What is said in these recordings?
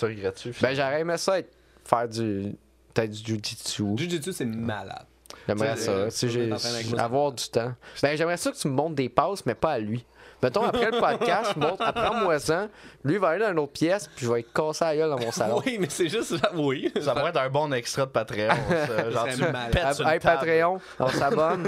tu regrettes-tu? Ben, j'aurais aimé ça faire peut-être du jiu-jitsu. Jiu-jitsu, c'est malade. J'aimerais ça. Avoir du temps. Ben, j'aimerais ça que tu me montres des passes, mais pas à lui. Mettons, après le podcast, apprends-moi-en. Lui, il va aller dans une autre pièce, puis je vais être cassé à la gueule dans mon salon. Oui, mais c'est juste... Oui. Ça pourrait être un bon extra de Patreon. Ça. Genre, tu malade. pètes sur une Hey, table. Patreon, on s'abonne.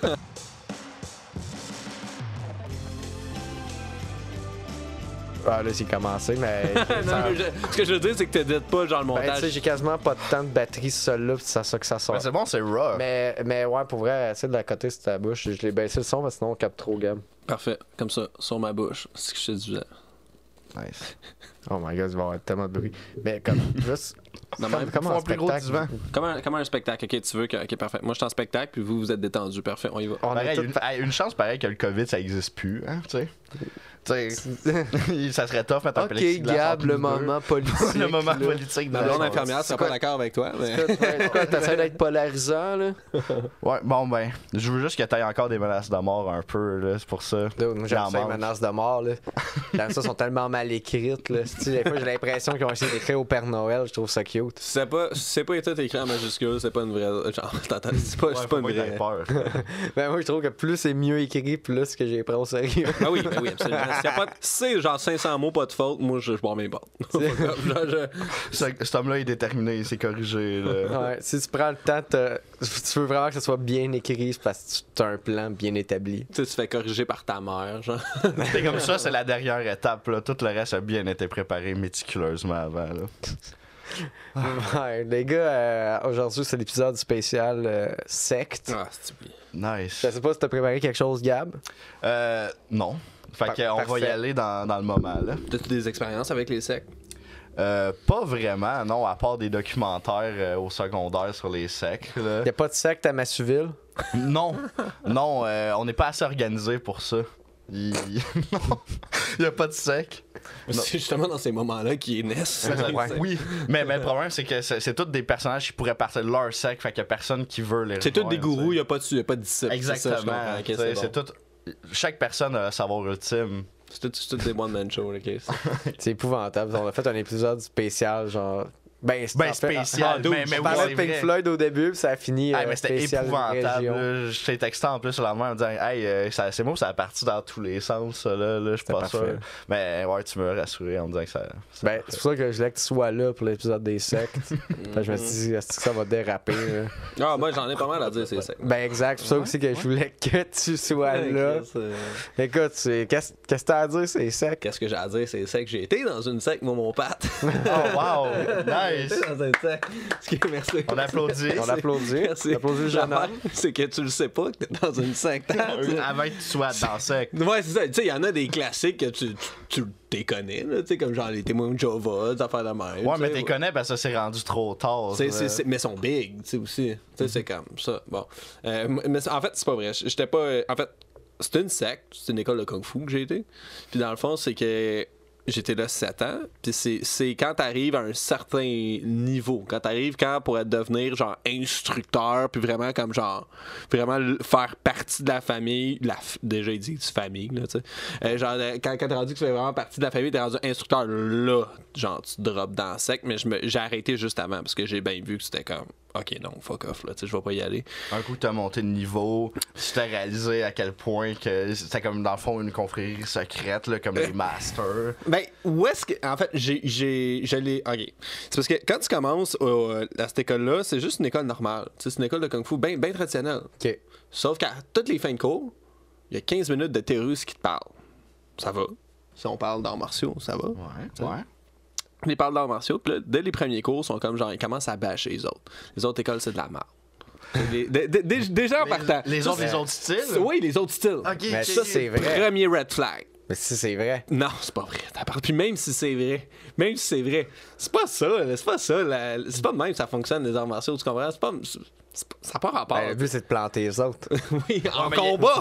Ah, là, c'est commencé, mais. Non, mais ce que je veux dire, c'est que t'édites pas genre le Ben, tu montage. sais, j'ai quasiment pas de temps de batterie seul-là, puis c'est ça que ça sort. Ben, c'est bon, c'est raw. Mais ouais, pour vrai, essaie de la côté sur ta bouche. Je l'ai baissé le son, parce que sinon on capte trop, Gab. Parfait, comme ça, sur ma bouche. C'est ce que je te disais. Nice. Oh my god, il va y avoir tellement de bruit. Mais comme, juste. Non, même, comme faut un un plus gros spectacle. divan. Comment un spectacle? Ok, tu veux que. Ok, parfait. Moi, je suis en spectacle, puis vous êtes détendu. Parfait, on y va. On est Pareil, tous- une chance pareil que le COVID, ça existe plus, hein, tu sais. Tu sais, ça serait tough mettre un Ok, plexiglas Gab, entre le nous moment deux. politique. Le moment là. politique. Ma de blonde la infirmière chose. serait pas d'accord avec toi, mais. C'est quoi, t'essaies d'être polarisant, là? Ouais, bon, ben, je veux juste que t'aies encore des menaces de mort un peu, là, c'est pour ça. Dude, moi, j'aime J'en ça, les mange. menaces de mort, là. Dans ça, sont tellement mal écrites, là. Tu sais, des fois, j'ai l'impression qu'ils ont essayé d'écrire au Père Noël. Je trouve ça cute. Si c'est pas été écrit en majuscule, c'est pas une vraie. Genre, t'entends, c'est pas, Ouais, c'est faut pas une pas que vraie. t'aies peur. Ben, moi, je trouve que plus c'est mieux écrit, plus que j'ai pris au sérieux. Ah oui, ben oui, absolument. S'il y a pas c'est genre 500 mots, pas de faute, moi, je bois mes bottes. Cet homme-là est déterminé, il s'est corrigé, là. Ouais, si tu prends le temps, tu veux vraiment que ce soit bien écrit, c'est parce que tu as un plan bien établi. Tu sais, tu te fais corriger par ta mère, genre. C'est comme ça, c'est la dernière étape, là. Tout le reste a bien été préparé méticuleusement avant, là. Ouais, les gars, aujourd'hui, c'est l'épisode spécial secte. Ah, c'est stupide. Nice. Je sais pas si t'as préparé quelque chose, Gab. Non. Fait qu'on va y Parfait. aller dans le moment, là. T'as-tu des expériences avec les sectes? Pas vraiment, non, à part des documentaires au secondaire sur les sectes, là. Y a pas de secte à Massuville? Non, non, on n'est pas assez organisé pour ça. Non, il y a pas de secte. C'est justement dans ces moments-là qu'ils naissent. Ouais. Oui, mais le problème, c'est que c'est tous des personnages qui pourraient partir de leur secte, fait qu'il y a personne qui veut les C'est tous des rejoindre, gourous, y a pas de disciples. Exactement. C'est ça, je comprends. Ok, C'est c'est bon. tout. Chaque personne a un savoir ultime. C'est tout des one-man shows, ok. C'est épouvantable. On a fait un épisode spécial, genre. Ben, Spécial, mais on oui, parlait c'est de Pink vrai. Floyd au début, puis ça a fini Ah, mais c'était spécial épouvantable. région. Là. Je t'ai texté en plus le lendemain en me disant hey, c'est moi, ça a parti dans tous les sens, ça, là, je suis C'était pas parfait. sûr. Mais ouais, tu me rassuré en me disant que ça. Ben, c'est pour ça que je voulais que tu sois là pour l'épisode des sectes. Fait que je me suis dit, est-ce que ça va déraper? Là? Ah, moi, j'en ai pas mal à dire, c'est sec. Ben, exact. C'est pour ça aussi que je voulais que tu sois là. Écoute, qu'est-ce que t'as à dire, c'est sec? Qu'est-ce que j'ai à dire, c'est sec. J'ai été dans une secte, moi, mon pat. Oh, wow! J'ai Nice! été dans une secte. Merci. On applaudit. On applaudit. Merci. On applaudit le jeune L'affaire, homme. c'est que tu le sais pas que t'es dans une secte. Avant que tu sois dans le secte. Ouais, c'est ça. Tu sais, il y en a des classiques que tu t'es connais, là, tu sais, comme genre les témoins de Jéhovah, des affaires de même. Ouais, tu mais sais, t'es connais parce que ça s'est rendu trop tard. mais ils sont big, tu sais, aussi. Tu sais, c'est comme ça. Bon. Mais en fait, c'est pas vrai. J'étais pas. En fait, c'était une secte. C'est une école de Kung Fu que j'ai été. Puis dans le fond, c'est que j'étais là 7 ans. Puis c'est quand t'arrives à un certain niveau. Quand t'arrives pour devenir genre instructeur. Puis vraiment comme genre. Vraiment faire partie de la famille. Déjà, il dit famille, là, tu sais. Genre, quand t'es rendu que tu fais vraiment partie de la famille, t'es rendu instructeur là. Genre, tu drops dans le sec. Mais j'ai arrêté juste avant. Parce que j'ai bien vu que c'était comme. Ok, non, fuck off, là, tu sais, je vais pas y aller. Un coup que t'as monté de niveau, tu t'as réalisé à quel point que c'était comme dans le fond une confrérie secrète, là, comme les masters. Ben, où est-ce que. En fait, je l'ai. Ok. C'est parce que quand tu commences à cette école-là, c'est juste une école normale. Tu sais, c'est une école de Kung Fu bien traditionnelle. OK. Sauf qu'à toutes les fins de cours, il y a 15 minutes de terroriste qui te parle. Ça va. Si on parle d'arts martiaux, ça va. Ouais. Ils parlent d'arts martiaux, puis là, dès les premiers cours, ils sont comme genre, ils commencent à bâcher les autres. Les autres écoles, c'est de la merde. Déjà en partant. Les autres styles? Oui, les autres styles. Ok, Mais ça, c'est vrai. Premier red flag. Mais si c'est vrai. Non, c'est pas vrai. Puis même si c'est vrai, c'est pas ça. C'est pas ça. C'est pas de même que ça fonctionne, les arts martiaux. Tu comprends? Ça n'a pas rapport. Ben, le but, c'est de planter les autres. Oui, en mais combat.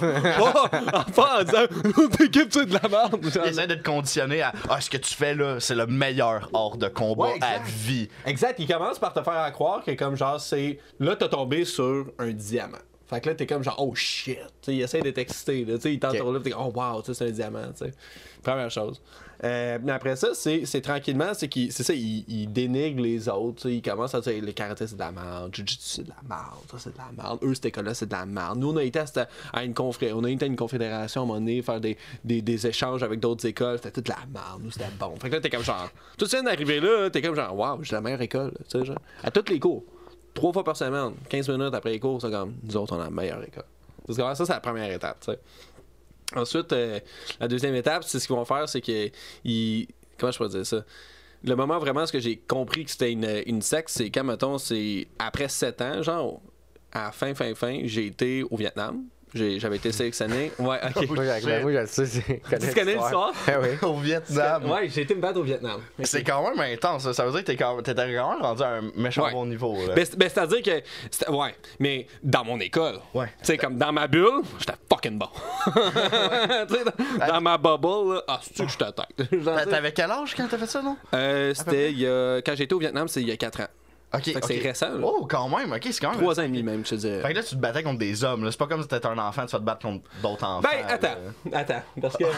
Pas en disant, notre équipe, c'est de la merde. Essaie de te conditionner à ce que tu fais là, c'est le meilleur hors de combat Ouais, exact. à vie. Exact. Il commence par te faire croire que, comme genre, c'est. Là, t'as tombé sur un diamant. Fait que là, t'es comme genre, oh shit. T'sais, il essaie de t'exciter. Il tente Ok. sur là, t'es comme, oh wow, c'est un diamant. T'sais. Première chose. Mais après ça, c'est tranquillement, c'est ça, il dénigre les autres. Il commence à dire le karaté c'est de la merde, jiu-jitsu c'est de la merde, ça c'est de la merde, eux cette école-là c'est de la merde. Nous on a été à une confédération à un moment donné, faire des échanges avec d'autres écoles, c'était toute de la merde, nous c'était bon. Fait que là t'es comme genre, tout ça d'arriver là, t'es comme genre, waouh, j'ai la meilleure école, tu sais, genre, à tous les cours, 3 fois par semaine, 15 minutes après les cours, c'est comme, nous autres on a la meilleure école. Parce que ça c'est la première étape, tu sais. Ensuite, la deuxième étape, c'est ce qu'ils vont faire, c'est que comment je pourrais dire ça? Le moment vraiment, ce que j'ai compris que c'était une secte, c'est quand, mettons, c'est après 7 ans, genre, à la fin, j'ai été au Vietnam. J'avais été sélectionné. Ouais, ok. Moi, je le sais. Tu connais l'histoire? Ah oui. Au Vietnam. Ouais, j'ai été me battre au Vietnam. C'est quand même intense, ça veut dire que t'étais quand même rendu à un méchant bon niveau. Là. Ben, c'est-à-dire que. Ouais, mais dans mon école. Ouais. Tu sais, comme dans ma bulle, j'étais fucking bon. Tu sais, dans ma bubble, là, c'est-tu que je t'attaque? T'avais quel âge quand t'as fait ça, non? C'était quand j'étais au Vietnam, c'est il y a 4 ans. Ok, Fait que c'est récent, là. Oh, quand même, ok, c'est quand même. 3 ans et demi même, je te dirais. Fait que là, tu te battais contre des hommes, là. C'est pas comme si t'étais un enfant, tu vas te battre contre d'autres enfants. Ben, attends, parce que.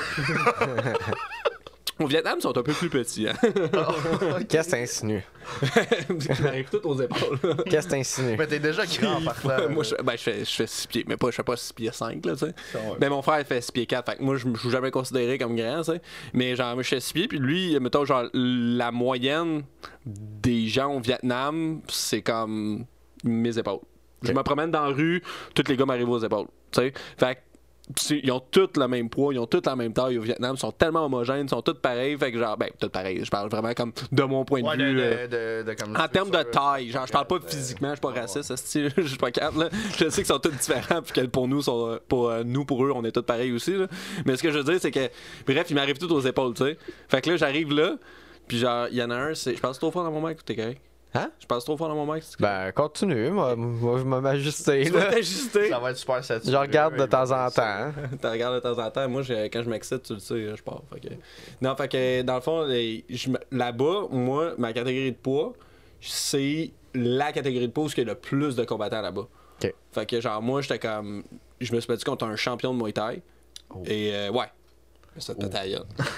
Au Vietnam, ils sont un peu plus petits, hein. Qu'est-ce que t'insinues? Ils arrivent tous aux épaules. Qu'est-ce que t'insinues? Mais t'es déjà grand par là. Moi, je fais 6 pieds, mais je fais pas 6 pieds 5, là, tu sais. Mais mon frère, il fait 6 pieds 4, fait que moi, je suis jamais considéré comme grand, tu sais. Mais genre, moi, je fais 6 pieds, puis lui, mettons, genre, la moyenne des gens au Vietnam, c'est comme mes épaules. Je me promène dans la rue, tous les gars m'arrivent aux épaules, tu sais. Fait que ils ont tous le même poids, ils ont tous la même taille au Vietnam, ils sont tellement homogènes, ils sont tous pareils, fait que genre, ben, tous pareils, je parle vraiment comme de mon point de vue. Comme En termes de taille, genre, je parle pas physiquement, je suis pas raciste, je suis pas capable, là. Je sais qu'ils sont tous différents, puis que pour nous, pour eux, on est tous pareils aussi, là. Mais ce que je veux dire, c'est que, bref, ils m'arrivent tous aux épaules, tu sais. Fait que là, j'arrive là, puis genre, il y en a un, je passe trop fort dans mon mic, t'es correct? Hein? Je passe trop fort dans mon mic, c'est Ben, continue. Moi, je vais m'ajuster. Tu vas t'ajuster. Ça va être super satisfaisant. Je regarde de temps en temps. Hein? Tu regardes de temps en temps. Moi, quand je m'excite, tu le sais, je pars. Non, fait que dans le fond, là-bas, moi, ma catégorie de poids, c'est la catégorie de poids où il y a le plus de combattants là-bas. OK. Fait que genre, moi, j'étais comme. Je me suis battu contre un champion de Muay Thai. Oh. Et ouais. Ça te taille.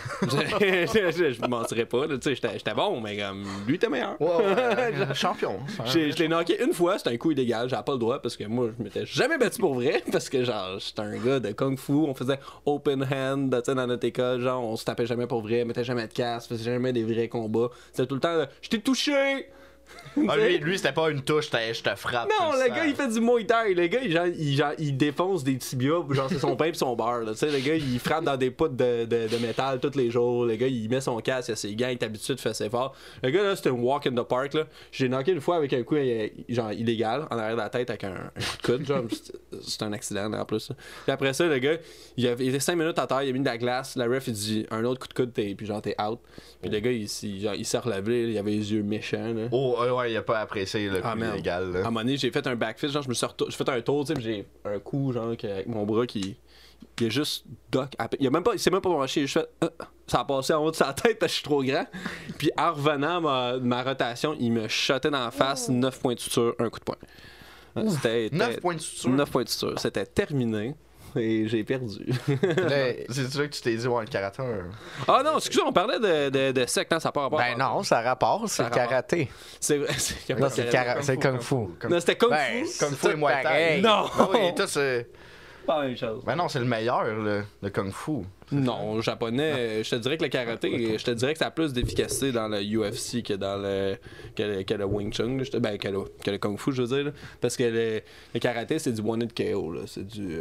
Je me mentirais pas. Tu sais, j'étais bon, mais comme lui était meilleur. Champion. Je l'ai knocké une fois, c'était un coup illégal, j'avais pas le droit parce que moi je m'étais jamais battu pour vrai parce que genre j'étais un gars de kung fu, on faisait open hand, tu sais, dans notre école, genre on se tapait jamais pour vrai, mettait jamais de casse, faisait jamais des vrais combats. C'était tout le temps je t'ai touché. Lui c'était pas une touche, je te frappe. Non, le gars il fait du Muay Thai, le gars il défonce des tibias, genre c'est son pain pis son beurre, tu sais, le gars il frappe dans des poutres de métal tous les jours, le gars il met son casque, il a ses gants, il est habitué de faire ses forts. Le gars là c'était un walk in the park là, j'ai knocké une fois avec un coup genre illégal en arrière de la tête avec un coup de coude, genre c'est un accident en plus. Puis après ça le gars il était 5 minutes à terre, il a mis de la glace, la ref il dit un autre coup de coude puis genre t'es out. Puis le gars il s'est relevé, il avait les yeux méchants là. Oh ouais, il a pas apprécié le coup illégal. Là. À un moment donné, j'ai fait un backfist, genre j'ai fait un tour, tu sais, j'ai un coup genre avec mon bras qui est juste doc. Il s'est même pas branché, je fais ça a passé en haut de sa tête parce que je suis trop grand. Puis en revenant ma rotation, il me shotait dans la face 9 points de suture, un coup de poing. C'était 9 points de suture. 9 points de suture, c'était terminé. Et j'ai perdu. C'est là que tu t'es dit, ouais, le karaté. Ah non, excusez, on parlait de secte, hein, ça n'a pas rapport. Ben non, ça rapporte, c'est le karaté. C'est c'est kung fu. Non, c'était kung fu. Kung fu et Muay Thai. Non! Oui, tout c'est. Pas la même chose. Ben non, c'est le meilleur, le kung fu. Non, japonais, je te dirais que le karaté, je te dirais que ça a plus d'efficacité dans le UFC que dans que le Wing Chun, ben, que le Kung Fu, je veux dire. Là. Parce que le karaté, c'est du one-hit KO, là. C'est du.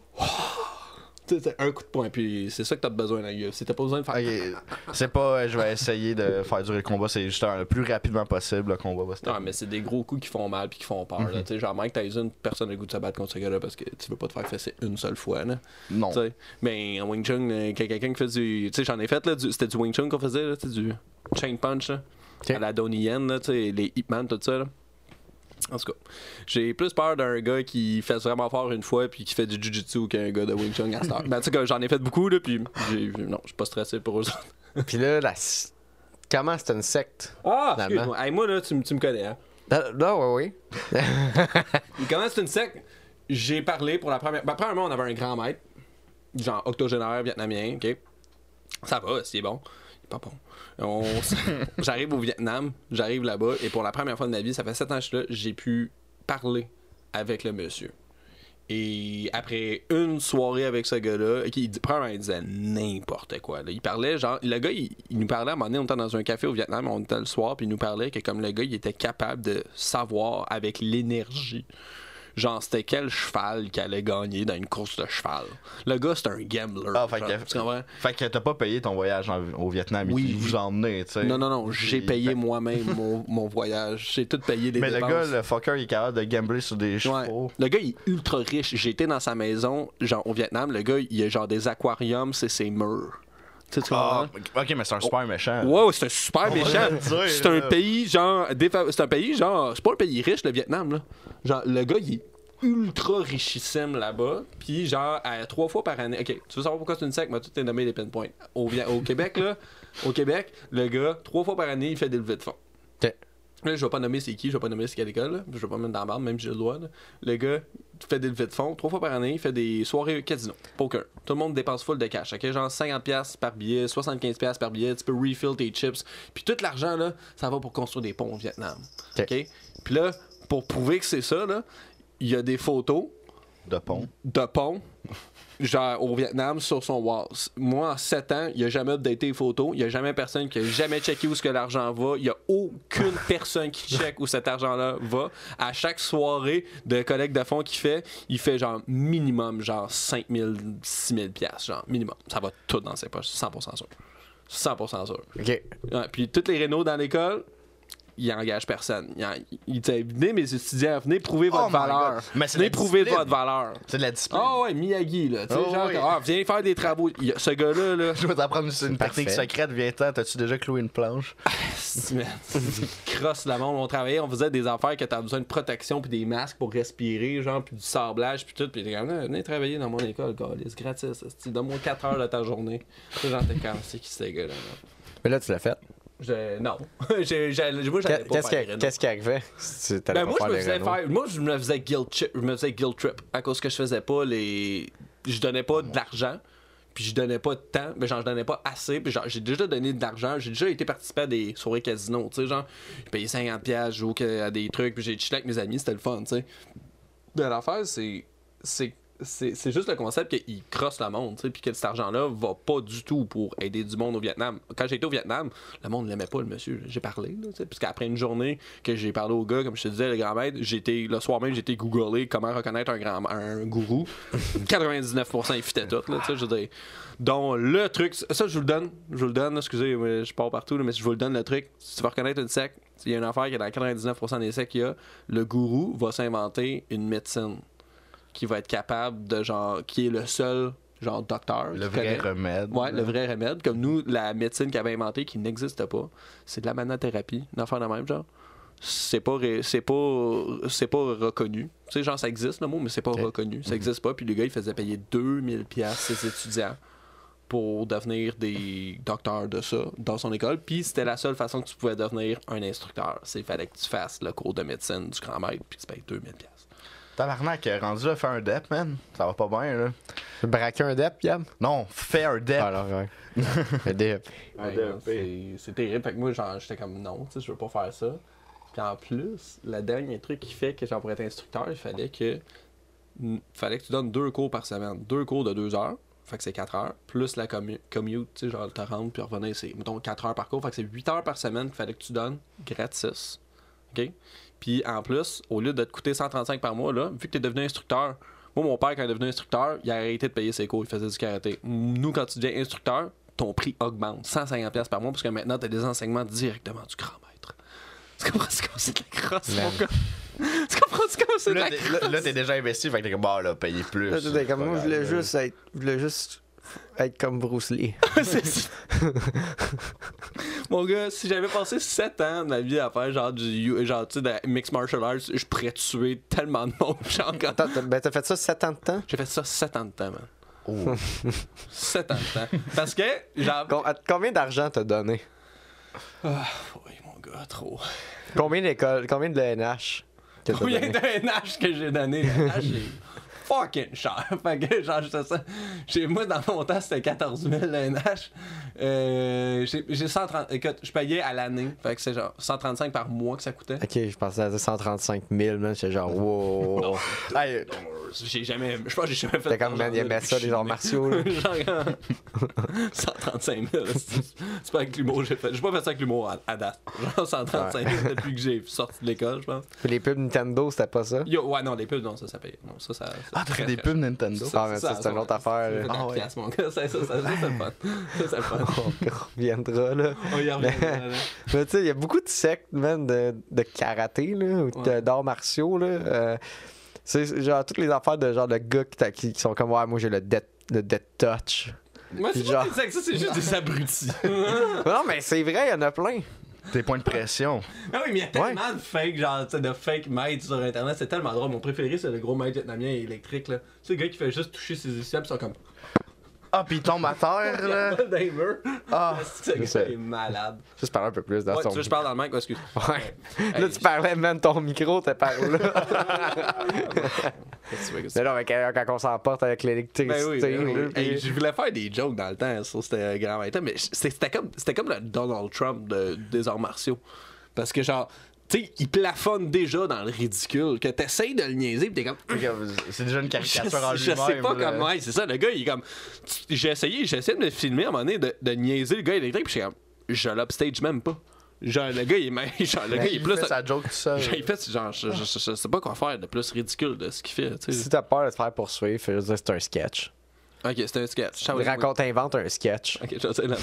C'est un coup de poing, puis c'est ça que t'as besoin dans le UFC. T'as pas besoin de faire. Okay. C'est pas, je vais essayer de faire durer le combat, c'est juste le plus rapidement possible, le combat va se terminer. Non, mais c'est des gros coups qui font mal puis qui font peur. Là. Genre, Mike Tyson, personne n'a le goût de se battre contre ce gars-là parce que tu veux pas te faire fesser une seule fois. Là. Non. T'sais. Mais en Wing Chun, quelqu'un qui fait du. Tu sais, j'en ai fait, là, c'était du Wing Chun qu'on faisait, là, du chain punch, là, à la Donnie Yen, là, les Ip Man, tout ça. Là. En tout cas, j'ai plus peur d'un gars qui fait vraiment fort une fois puis qui fait du jujitsu qu'un gars de Wing Chun à Star. Ben, tu sais, j'en ai fait beaucoup, là, puis non, je suis pas stressé pour eux autres. Puis là, comment c'est une secte? Ah, excuse-moi. Hey, moi, là, tu me connais, hein? Non, oui. Comment c'est une secte? J'ai parlé pour la première. Ben, premièrement, on avait un grand maître, genre octogénaire vietnamien, ok? Ça va, c'est bon. Il est pas bon. J'arrive au Vietnam, j'arrive là-bas, et pour la première fois de ma vie, ça fait 7 ans que je suis là, j'ai pu parler avec le monsieur. Et après une soirée avec ce gars-là, premièrement, il disait n'importe quoi. Là. Il parlait, genre, le gars, il nous parlait à un moment donné, on était dans un café au Vietnam, on était le soir, puis il nous parlait que comme le gars, il était capable de savoir avec l'énergie, genre, c'était quel cheval qui allait gagner dans une course de cheval. Le gars, c'est un gambler. Ah, fait que t'as pas payé ton voyage au Vietnam, oui, il vous a emmené, tu sais. Non, j'ai payé moi-même mon voyage. J'ai tout payé les dépenses. Mais le gars, le fucker, il est capable de gambler sur des chevaux. Ouais. Le gars, il est ultra riche. J'ai été dans sa maison, genre, au Vietnam. Le gars, il a genre des aquariums, c'est ses murs. Tu sais, ok, mais c'est un super méchant. Ouais, c'est un super méchant. C'est un pays, genre. C'est un pays, genre. C'est pas un pays riche, le Vietnam, là. Genre, le gars, il est ultra richissime là-bas. Puis, genre, 3 fois par année. Ok, tu veux savoir pourquoi c'est une sec? Mais tout est nommé les pinpoints. Au Québec, là, le gars, 3 fois par année, il fait des levées de fonds. Ok. Là, je vais pas nommer c'est qui, je vais pas nommer c'est quelle école, là. Je vais pas mettre dans la barre, même si j'ai le droit. Là. Le gars fait des levées de fonds, 3 fois par année, il fait des soirées casino, poker. Tout le monde dépense full de cash, ok? Genre 50$ par billet, 75$ par billet, tu peux refill tes chips. Puis tout l'argent, là, ça va pour construire des ponts au Vietnam. Ok? Puis là, pour prouver que c'est ça, là, il y a des photos de ponts. Genre au Vietnam sur son wall. Moi en 7 ans, il n'y a jamais updaté les photos, il n'y a jamais personne qui a jamais checké où est-ce que l'argent va, il n'y a aucune personne qui check où cet argent-là va. À chaque soirée de collecte de fonds qu'il fait, il fait genre minimum genre 5 000, 6 000 piastres, genre minimum. Ça va tout dans ses poches, 100% sûr. 100% sûr. OK. Ouais, puis toutes les rénaux dans l'école, il engage personne. Il dit venez mes étudiants, venez prouver votre valeur. Venez prouver votre valeur. C'est de la discipline. Ah ouais, Miyagi là, tu sais genre viens faire des travaux. Ce gars-là là, je vais t'apprendre une technique secrète, viens-t'en, t'as-tu déjà cloué une planche? Crosse la monde, on travaillait, on faisait des affaires que t'as besoin de protection puis des masques pour respirer, genre puis du sablage puis tout, puis t'es comme venez travailler dans mon école, gars, c'est gratis, donne-moi 4 heures de ta journée. Genre t'es comme c'est qui ces gars-là? Mais là tu l'as fait. Non. Moi, j'allais pas faire Qu'est-ce qui arrivait? Moi, je me faisais guilt trip à cause que je faisais pas les... Je donnais pas de l'argent, puis je donnais pas de temps, mais genre, je donnais pas assez, puis genre, j'ai déjà donné de l'argent, j'ai déjà été participé à des soirées casino, tu sais, genre, j'ai payé 50$, je jouais à des trucs, puis j'ai chillé avec mes amis, c'était le fun, tu sais. Mais l'affaire, c'est juste le concept qu'il crosse le monde, tu sais, puis que cet argent-là va pas du tout pour aider du monde au Vietnam. Quand j'ai été au Vietnam, le monde l'aimait pas, le monsieur. J'ai parlé, tu sais, puisqu'après une journée que j'ai parlé au gars, comme je te disais, le grand maître, le soir même, j'ai été googlé comment reconnaître un gourou. 99% il fitait tout, là, tu sais, je veux dire. Donc, le truc, ça, je vous le donne, excusez, je pars partout, là, mais je vous le donne, le truc. Si tu veux reconnaître une secte, il y a une affaire qui est dans 99% des sectes qu'il y a, le gourou va s'inventer une médecine qui va être capable de genre qui est le seul genre docteur le vrai remède. Ouais, le vrai remède comme nous la médecine qu'il avait inventée qui n'existe pas, c'est de la manothérapie, une affaire de même genre. C'est pas reconnu. Tu sais genre ça existe le mot mais c'est pas reconnu, ça existe pas puis le gars il faisait payer 2000$ ses étudiants pour devenir des docteurs de ça dans son école, puis c'était la seule façon que tu pouvais devenir un instructeur, c'est fallait que tu fasses le cours de médecine du grand maître puis tu payes 2000$. Tabarnak, rendu là, fais un DEP, man. Ça va pas bien, là. Braquer un DEP, Yam? Non, fais un DEP. Alors, ouais. Un DEP. C'est terrible. Fait que moi, genre, j'étais comme non, tu sais, je veux pas faire ça. Puis en plus, le dernier truc qui fait que, genre, pour être instructeur, il fallait que tu donnes 2 cours par semaine. 2 cours de 2 heures. Fait que c'est 4 heures. Plus la commute, tu sais, genre, te rendre puis revenir, c'est, mettons, 4 heures par cours. Fait que c'est 8 heures par semaine qu'il fallait que tu donnes gratis. OK? Puis en plus, au lieu de te coûter 135 par mois, là, vu que tu es devenu instructeur, moi, mon père, quand il est devenu instructeur, il a arrêté de payer ses cours, il faisait du karaté. Nous, quand tu deviens instructeur, ton prix augmente 150$ par mois, parce que maintenant, tu as des enseignements directement du grand maître. Tu comprends comment c'est de la crosse, mon gars? Tu comprends comment c'est de la crosse? Là, t'es déjà investi, fait que t'es comme, bah, là, payer plus. Là, t'es comme, moi, je voulais juste être comme Bruce Lee. Mon gars, si j'avais passé 7 ans de ma vie à faire genre tu sais, de mixed martial arts, je pourrais tuer tellement de monde. Genre, quand... t'as fait ça 7 ans de temps? J'ai fait ça 7 ans de temps, man. Oh. 7 ans de temps. Parce que, genre... Combien d'argent t'as donné? Ah, oui, mon gars, trop. Combien d'écoles? Combien de NH? Combien de NH que j'ai donné? NH, fucking cher. Fait que genre, j'étais ça. Moi, dans mon temps, c'était 14 000 le NH. J'ai 130. Écoute, je payais à l'année. Fait que c'est genre 135 par mois que ça coûtait. Ok, je pensais à dire 135 000, man. J'étais genre, wow. Hey, J'ai jamais. Je pense que j'ai jamais fait. C'était comme, man, il aimait ça, les arts martiaux, là. Genre, 135 000. C'est pas avec l'humour que j'ai fait. J'ai pas fait ça avec l'humour à date. Genre 135 000 depuis que j'ai sorti de l'école, je pense. Puis les pubs Nintendo, c'était pas ça? Ouais, non, les pubs, non, ça paye. Non, ça t'as fait des pubs Nintendo? Ah, mais ça, c'est une autre affaire, là. Ah, ouais. Mon gars, ça, c'est le fun. Ça, c'est le fun. On reviendra, là. On y revient. Mais tu sais, il y a beaucoup de sectes, man, de karaté, là, ou d'arts martiaux, là. C'est genre toutes les affaires de genre de gars qui sont comme, ouais, moi j'ai le death touch. Moi, c'est genre... pas ça, c'est juste des abrutis. Non, mais c'est vrai, il y en a plein. Des points de pression. Ah oui, mais il y a tellement de fake, genre, tu sais, de fake maîtres sur Internet, c'est tellement drôle. Mon préféré, c'est le gros maître vietnamien électrique, là. C'est le gars qui fait juste toucher ses aisselles, pis ils sont comme. Ah, pis il tombe à terre, là. Dans les murs. Ah, Ce gars est malade. Juste parler un peu plus dans Ouais, son... tu veux que je parle dans le mic? Ouais, excuse. Ouais. Là, tu parlais, man, ton micro, t'es par là. Mais non, mais quand on s'emporte avec l'électricité, Ben oui, ben oui. là, Hey, je voulais faire des jokes dans le temps sur ce grand maître, mais c'était comme le Donald Trump des arts martiaux. Parce que genre, tu sais, il plafonne déjà dans le ridicule, que t'essayes de le niaiser pis t'es comme... c'est déjà une caricature en lui-même. Je sais pas là. comment, c'est ça, le gars il est comme... J'ai essayé de me filmer à un moment donné, de niaiser le gars électrique pis j'étais comme... Je l'upstage même pas. Genre, le gars il est même... Genre, le gars il est plus... fait sa joke tout seul. Genre, il fait genre, je sais pas quoi faire de plus ridicule de ce qu'il fait, tu sais. Si t'as peur de te faire poursuivre, fais juste dire que c'est un sketch. Ok, c'était un sketch. Invente un sketch. Ok, je vais dire la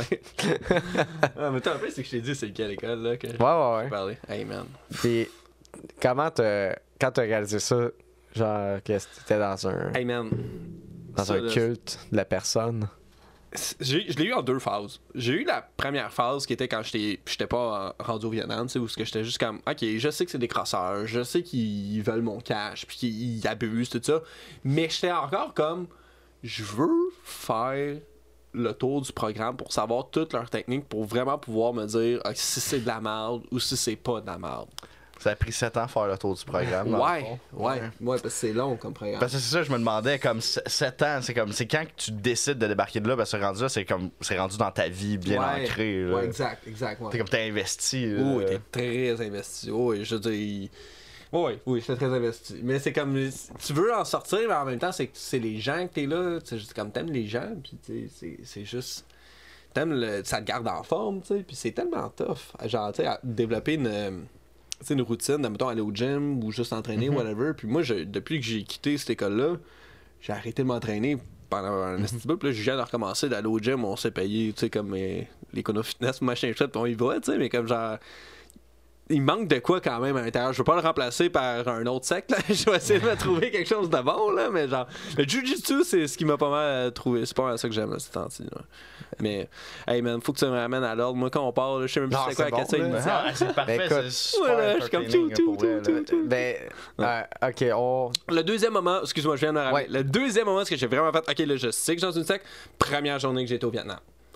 fin. Mais toi, en fait, c'est que je t'ai dit, c'est lequel l'école, là, que Ouais. parler. Hey, man. Puis, quand t'as réalisé ça, genre, que t'étais dans un... Hey, man. Dans Ça, un là, culte de la personne. Je l'ai eu en 2 phases. J'ai eu la première phase qui était quand j'étais pas rendu au Vietnam, tu sais, où j'étais juste comme, ok, je sais que c'est des crosseurs, je sais qu'ils veulent mon cash, puis qu'ils abusent, tout ça, mais j'étais encore comme, je veux faire le tour du programme pour savoir toutes leurs techniques, pour vraiment pouvoir me dire si c'est de la merde ou si c'est pas de la merde. Ça a pris 7 ans à faire le tour du programme. Ouais, parce que c'est long comme programme. Parce que c'est ça, je me demandais, comme 7 ans, c'est quand que tu décides de débarquer de là, parce que rendu là, c'est rendu dans ta vie bien ancré. Là. Ouais, exact. Ouais. T'es comme t'es investi. Oui, t'es très investi. Oui, je veux dire. Oui, j'étais très investi. Mais c'est comme. Tu veux en sortir, mais en même temps, c'est les gens que t'es là. C'est comme t'aimes les gens, puis c'est juste. Ça te garde en forme, tu sais. Puis c'est tellement tough. Genre, tu sais, à développer une routine, mettons, aller au gym ou juste entraîner, whatever. Puis moi, depuis que j'ai quitté cette école-là, j'ai arrêté de m'entraîner pendant un petit peu. Puis là, je viens de recommencer d'aller au gym. On s'est payé, tu sais, comme l'Econo Fitness, machin chouette, puis on y va, tu sais. Mais comme genre. Il manque de quoi quand même à l'intérieur. Je veux pas le remplacer par un autre secte, là. Je vais essayer de me trouver quelque chose de bon, là. Mais genre, le Jiu-Jitsu, c'est ce qui m'a pas mal trouvé. C'est pas mal ça que j'aime, là, ces temps-ci, là. Mais, hey man, faut que tu me ramènes à l'ordre. Moi, quand on parle, je sais même plus c'est quoi la question initiale. C'est parfait, Ben, écoute, c'est super voilà, je suis comme tout. Ben, ok, Le deuxième moment, excuse-moi, je viens de me rappeler. Le deuxième moment, c'est que j'ai vraiment fait, ok, là, je sais que je suis dans une secte. Première journée que j'étais au Vietnam.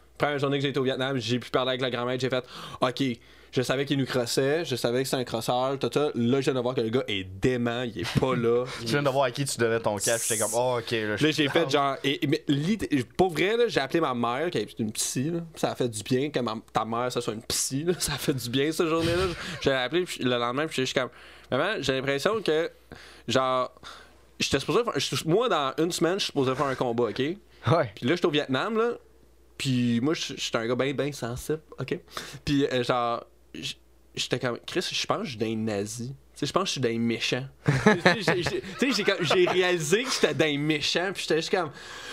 J'ai pu parler avec la grand-mère, j'ai fait, ok. Je savais qu'il nous crossait, je savais que c'était un crosseur, tout ça. Là, je viens de voir que le gars est dément, il est pas là. Tu viens de voir à qui tu donnais ton cash, j'étais comme, oh, ok. Là, j'ai fait genre. Pour vrai, là, j'ai appelé ma mère, qui est une psy, là. Ça a fait du bien que ta mère, ça soit une psy, là. Ça a fait du bien cette journée-là. J'ai appelé le lendemain, puis je suis comme. Maman, j'ai l'impression que, genre. J'étais supposé faire. Moi, dans une semaine, je suis supposé faire un combat, ok? Ouais. Puis là, j'étais au Vietnam, là. Puis moi, j'étais un gars bien sensible, ok? Puis genre. J'étais comme, Chris, je pense que je suis d'un nazi. Tu sais, je pense que je suis d'un méchant. Tu sais, j'ai réalisé que j'étais d'un méchant, puis j'étais juste comme,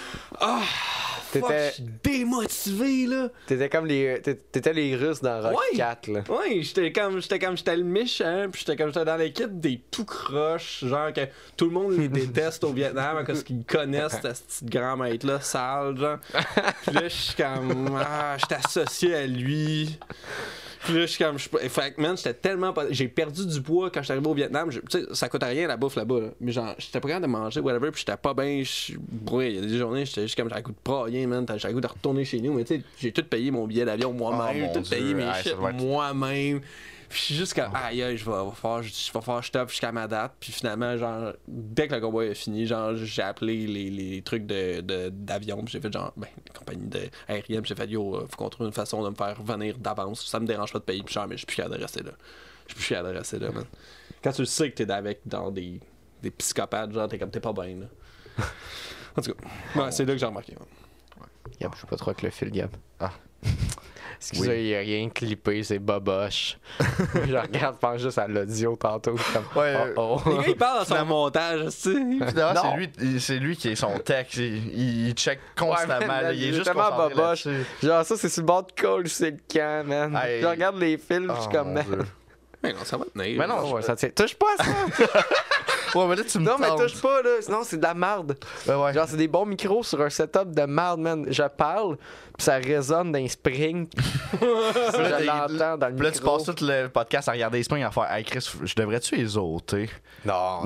fuck, je suis démotivé, là. T'étais les Russes dans Rock 4, là. Ouais, j'étais le méchant, puis j'étais dans l'équipe des tout croches, genre que tout le monde les déteste au Vietnam parce qu'ils connaissent cette petite grand-maître-là, sale, genre. Puis là, je suis comme, j'étais associé à lui. Puis là, je suis comme. Fait que, man, j'étais tellement pas. J'ai perdu du poids quand j'étais arrivé au Vietnam. Tu sais, ça coûte rien la bouffe là-bas. Là. Mais genre, j'étais pas capable de manger, whatever. Puis j'étais pas bien. Ouais, il y a des journées, j'étais juste comme. J'avais le goût de pas rien, man. J'avais le goût de retourner chez nous. Mais tu sais, j'ai tout payé mon billet d'avion moi-même. Tout payé mes shit moi-même. Puis je suis juste comme, aïe, je vais faire stop jusqu'à ma date. Puis finalement, genre, dès que le combat est fini, genre, j'ai appelé les trucs d'avion. Puis j'ai fait genre, les compagnies aériennes. Puis j'ai fait, yo, faut qu'on trouve une façon de me faire venir d'avance. Ça me dérange pas de payer. Puis genre, mais je suis plus capable de rester là. Man. Quand tu le sais que t'es avec dans des psychopathes, genre, t'es comme, t'es pas bien, là. En tout cas, c'est là que j'ai remarqué. Gab, je joue pas trop avec le fil, Gab. Ah. Excusez, il y a rien clippé, c'est boboche. Je regarde, je pense juste à l'audio tantôt. Comme, Ouais, oh. Les gars, ils parlent dans son montage, tu sais. Finalement, c'est lui qui est son texte. Il check constamment. Ouais, man, là, il est juste tellement concentré boboche. là-dessus. Genre, ça, c'est sur le bord de colle, c'est le camp, man. Hey. Je regarde les films, je suis comme, mon man. Dieu. Mais non, ça va tenir. Mais non, Ouais, ça tient. Touche pas à ça! Ouais, mais là, tu me Non, mais tentes. touche pas, là. Sinon, c'est de la marde. Ouais. Genre, c'est des bons micros sur un setup de marde, man. Je parle, pis ça résonne dans les springs. Je l'entends dans le Puis là, micro. tu passes tout le podcast à regarder les springs à faire Hey Chris, je devrais-tu les ôter? Non.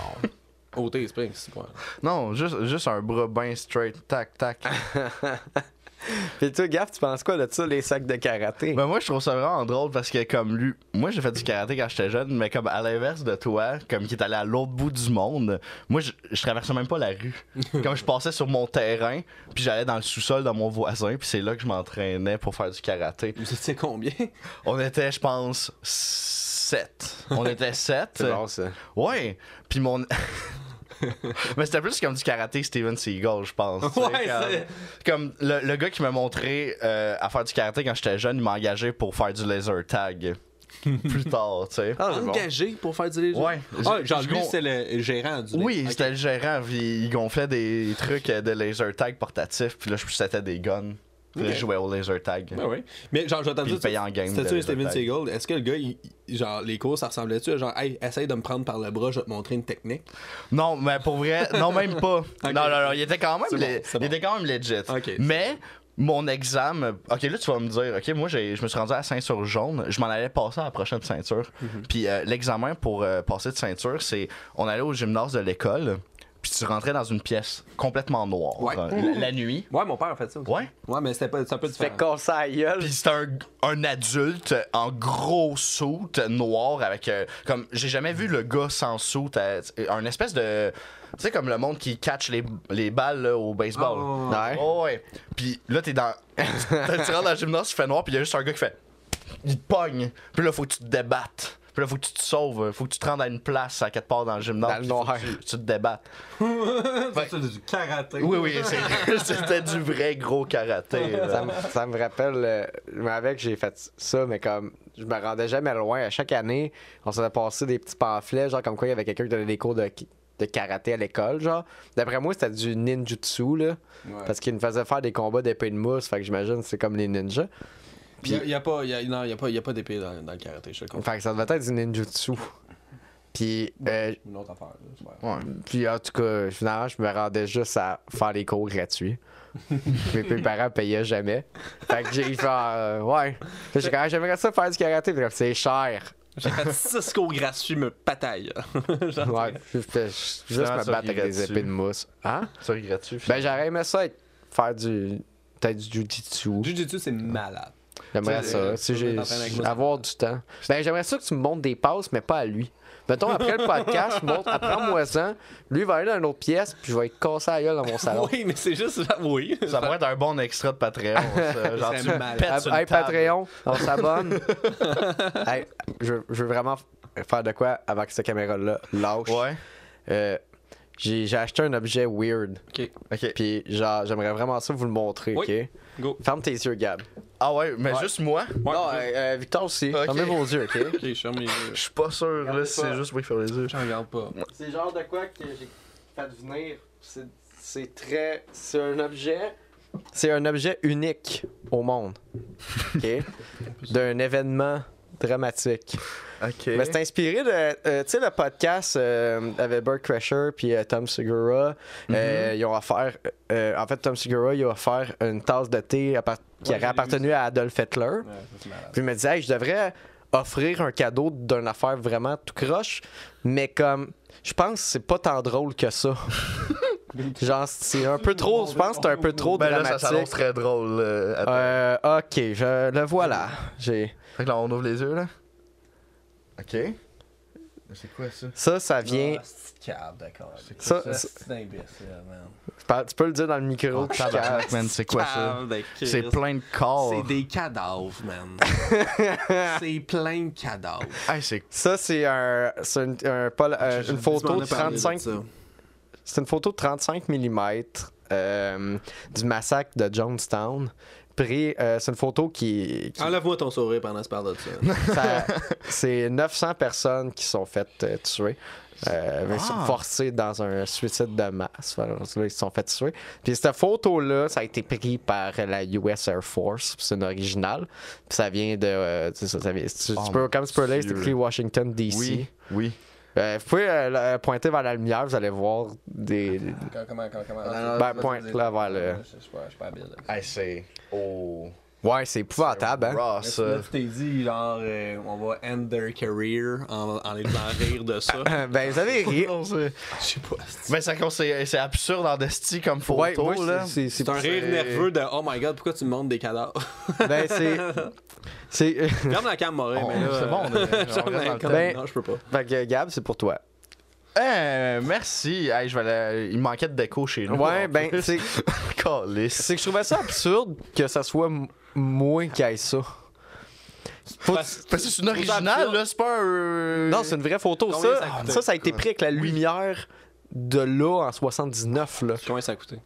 OT Spring, c'est quoi? Non, juste un bras bien straight. Tac, tac. Pis toi, Gaf, tu penses quoi de ça, les sacs de karaté? Ben moi, je trouve ça vraiment drôle parce que comme lui, moi j'ai fait du karaté quand j'étais jeune, mais comme à l'inverse de toi, comme qui est allé à l'autre bout du monde, moi je traversais même pas la rue. Comme je passais sur mon terrain, puis j'allais dans le sous-sol de mon voisin, puis c'est là que je m'entraînais pour faire du karaté. Vous étiez combien? On était, je pense, 7. On était 7. C'est bon, ça. Ouais. Puis mon. Mais c'était plus comme du karaté Steven Seagal, je pense. Tu sais, Ouais, comme le gars qui m'a montré à faire du karaté quand j'étais jeune, il m'a engagé pour faire du laser tag plus tard, tu sais. Ah, c'est bon. Engagé pour faire du léger? Ouais. Genre, Je lui, gon- c'est le gérant du Oui, Ok. c'était le gérant, puis il gonflait des trucs de laser tag portatifs, puis là, c'était des guns. Puis là, Ok. je jouais au laser tag. Ben oui. Mais genre, j'entends Puis il payait en game de C'était-tu un Steven laser tag. Seagal? Est-ce que le gars, genre, les cours, ça ressemblait-tu à genre, hey, essaye de me prendre par le bras, je vais te montrer une technique? Non, mais pour vrai, non, même pas. Non, il était quand même, C'est bon, c'est bon. il était quand même legit. Ok. Mais mon examen, ok, là tu vas me dire, ok, moi je me suis rendu à la ceinture jaune, je m'en allais passer à la prochaine ceinture. Puis l'examen pour passer de ceinture, c'est, on allait au gymnase de l'école, puis tu rentrais dans une pièce complètement noire Ouais. la nuit. Ouais, mon père a fait ça aussi. Ouais. Ouais, mais c'est un peu Tu fais différent. casser à la gueule. Puis c'était un adulte en gros suit noir avec comme j'ai jamais vu le gars sans suit, un espèce de tu sais comme le monde qui catch les balles là, au baseball. Oh. Ouais. Oh, ouais. Puis là t'es dans tu rentres dans le gymnase, tu fais noir, puis il y a juste un gars qui fait il te pogne. Puis là faut que tu te débattes. Puis là, faut que tu te sauves, faut que tu te rendes à une place à quelque part dans le gymnase. Dans le puis faut noir. que tu te débattes. C'est ça, du karaté. Oui, c'était du vrai gros karaté. là. Ça me rappelle, moi avec j'ai fait ça, mais comme je me rendais jamais loin. À chaque année, on s'en a passé des petits pamphlets, genre comme quoi il y avait quelqu'un qui donnait des cours de karaté à l'école, genre. D'après moi, c'était du ninjutsu, là. Ouais. Parce qu'il nous faisait faire des combats d'épée de mousse, fait que j'imagine que c'est comme les ninjas. Il y a pas d'épée dans le karaté, je te comprends. Fait que ça devait être du ninjutsu. Puis, Une autre affaire, là, c'est pas grave. Ouais. puis en tout cas, finalement, je me rendais juste à faire les cours gratuits. Mes parents payaient jamais. Fait que j'ai fait, ouais. J'ai quand même, j'aimerais ça faire du karaté, puis comme, c'est cher. J'ai fait 6 cours gratuits, me pataille. Ouais, juste me Finalement, battre avec des gratuit. épées de mousse. Hein? Ça gratuit. Ben, j'aurais aimé ça faire peut-être du jujitsu. Jiu-Jitsu, c'est malade. J'aimerais Tu sais, ça. Si j'ai t'entraînes avec moi. avoir du temps. Ben, j'aimerais ça que tu me montres des passes, mais pas à lui. Mettons, après le podcast, je montre, apprends-moi-en. Lui, il va aller dans une autre pièce, puis je vais être cassé à la gueule dans mon salon. Oui, mais c'est juste. Oui. Ça pourrait être un bon extra de Patreon. Ça. Genre, serait tu malade. pètes sur une Hey, table. Patreon, on s'abonne. Hey, je veux vraiment faire de quoi avec cette caméra-là. Lâche. Ouais. J'ai acheté un objet weird. Ok. Puis, genre, j'aimerais vraiment ça vous le montrer, Oui. ok? Go. Ferme tes yeux, Gab. Ah ouais, mais Ouais. juste moi. Ouais, non, go. Victor aussi. Ok. Fermez vos yeux, ok? Ok, je ferme les yeux. Je suis pas sûr, là, Regardez si pas. c'est juste moi qui ferme les yeux. Je regarde pas. C'est le genre de quoi que j'ai fait venir. C'est un objet. C'est un objet unique au monde. OK? D'un événement dramatique. Ok. Mais c'est inspiré de. Tu sais, le podcast avec Bert Kreischer puis Tom Segura. Ils ont offert. En fait, Tom Segura, il a offert une tasse de thé qui aurait appartenu à Adolf Hitler. Ouais, ça, c'est malade. Puis il me disait, hey, je devrais offrir un cadeau d'une affaire vraiment tout croche, mais comme, je pense que c'est pas tant drôle que ça. Genre, c'est un peu trop, je pense que c'est un peu trop Ben là, ça s'annonce dramatique. très drôle. Attends. Ok, le voilà. J'ai. Fait que là, on ouvre les yeux, là. Ok. C'est quoi ça? Ça vient. Ah, c'est cave, d'accord. Ça, C'est imbécile, man. Tu peux le dire dans le micro. Oh, que je suis cave. tabarnak, man, c'est quoi ça? Cave de Christ. C'est plein de corps. C'est des cadavres, man. C'est plein de cadavres. Hey, c'est... Ça, c'est une photo de 35. C'est une photo de 35 mm du massacre de Jonestown. C'est une photo qui Enlève-moi ton sourire pendant que tu parles de ça. c'est 900 personnes qui sont faites tuer. Ils sont forcés dans un suicide de masse. Ils se sont fait tuer. Puis cette photo-là, ça a été pris par la US Air Force. C'est une originale. Puis ça vient de... comme tu peux lire, c'est écrit Washington, D.C. Oui. Vous pouvez pointer vers la lumière, vous allez voir des... Comment? pointe là vers le... Je suis pas habile. Hey, c'est... Oh... Ouais, c'est épouvantable, hein? Raw, ça. Là, tu t'es dit, genre, on va end their career en les faisant rire de ça. Ben, vous avez ri. Non, c'est... Je sais pas. Mais c'est absurde en desti comme photo, Ouais, moi, là. C'est un rire nerveux de oh my god, pourquoi tu me montres des cadavres? Ben, c'est... Regarde la cam, Morin, mais là. C'est bon, on reste dans le temps. Ben, non, je peux pas. Fait que Gab, c'est pour toi. Merci. Hey, il me manquait de déco chez nous. Ouais, ben, c'est Calisse. que je trouvais ça absurde que ça soit moi qui aille ça. Parce que c'est une originale, là, c'est pas un... Non, c'est une vraie photo. Combien ça coûtait? Ça a été pris avec la lumière de là en 79, là. Combien ça a coûté?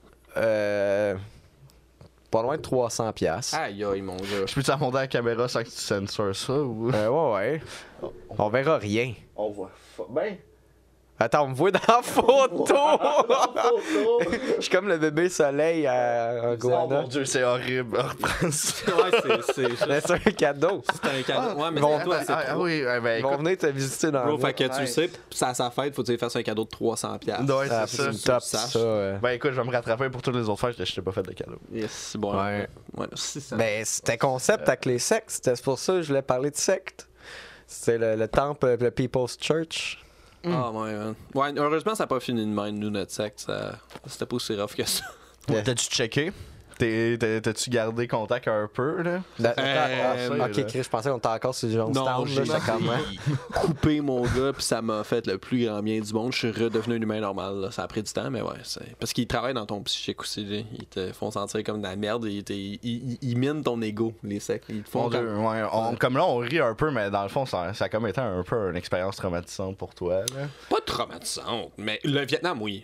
Pas loin de 300 $. Aïe, aïe, mon gars. Je peux-tu monter la caméra sans que tu censures ça, ou... Ouais. On verra rien. On voit... Ben... Attends, on me voit dans la photo! Je suis comme le bébé soleil à Oh Angoana. mon Dieu, c'est horrible. Reprends ça. Ouais, C'est un cadeau. c'est un cadeau. Ouais, mais Bon, c'est toi, c'est trop. Oui, ben Ils vont écoute... venir te visiter dans Bro, le fait que tu le Nice. sais, c'est à sa fête, faut que tu lui fasses un cadeau de 300$. Ouais, Ah, c'est c'est ça. une top, saches. ça. Ben écoute, je vais me rattraper pour toutes les autres fêtes, je t'ai pas fait de cadeau. Yes, c'est bon. Ouais. Ouais, c'est ça. Ben, c'était concept avec les sectes. C'était pour ça que je voulais parler de secte. C'était le temple, le People's Church. Ah, ouais, man. Ouais, heureusement, ça n'a pas fini de même, nous, notre secte. C'était pas aussi rough que ça. T'as-tu checké? T'as-tu gardé contact un peu, là? Ok, Chris, je pensais qu'on était encore sur Jonestown. Non, là, j'ai j'étais comme, hein. coupé mon gars, puis ça m'a fait le plus grand bien du monde. Je suis redevenu un humain normal. Là. Ça a pris du temps, mais ouais. Parce qu'ils travaillent dans ton psychique aussi. Là. Ils te font sentir comme de la merde. Ils minent ton ego, les sectes. Ils te font Mon Dieu, ouais, comme là, on rit un peu, mais dans le fond, ça a comme été un peu une expérience traumatisante pour toi, là. Pas traumatisante, mais le Vietnam, oui.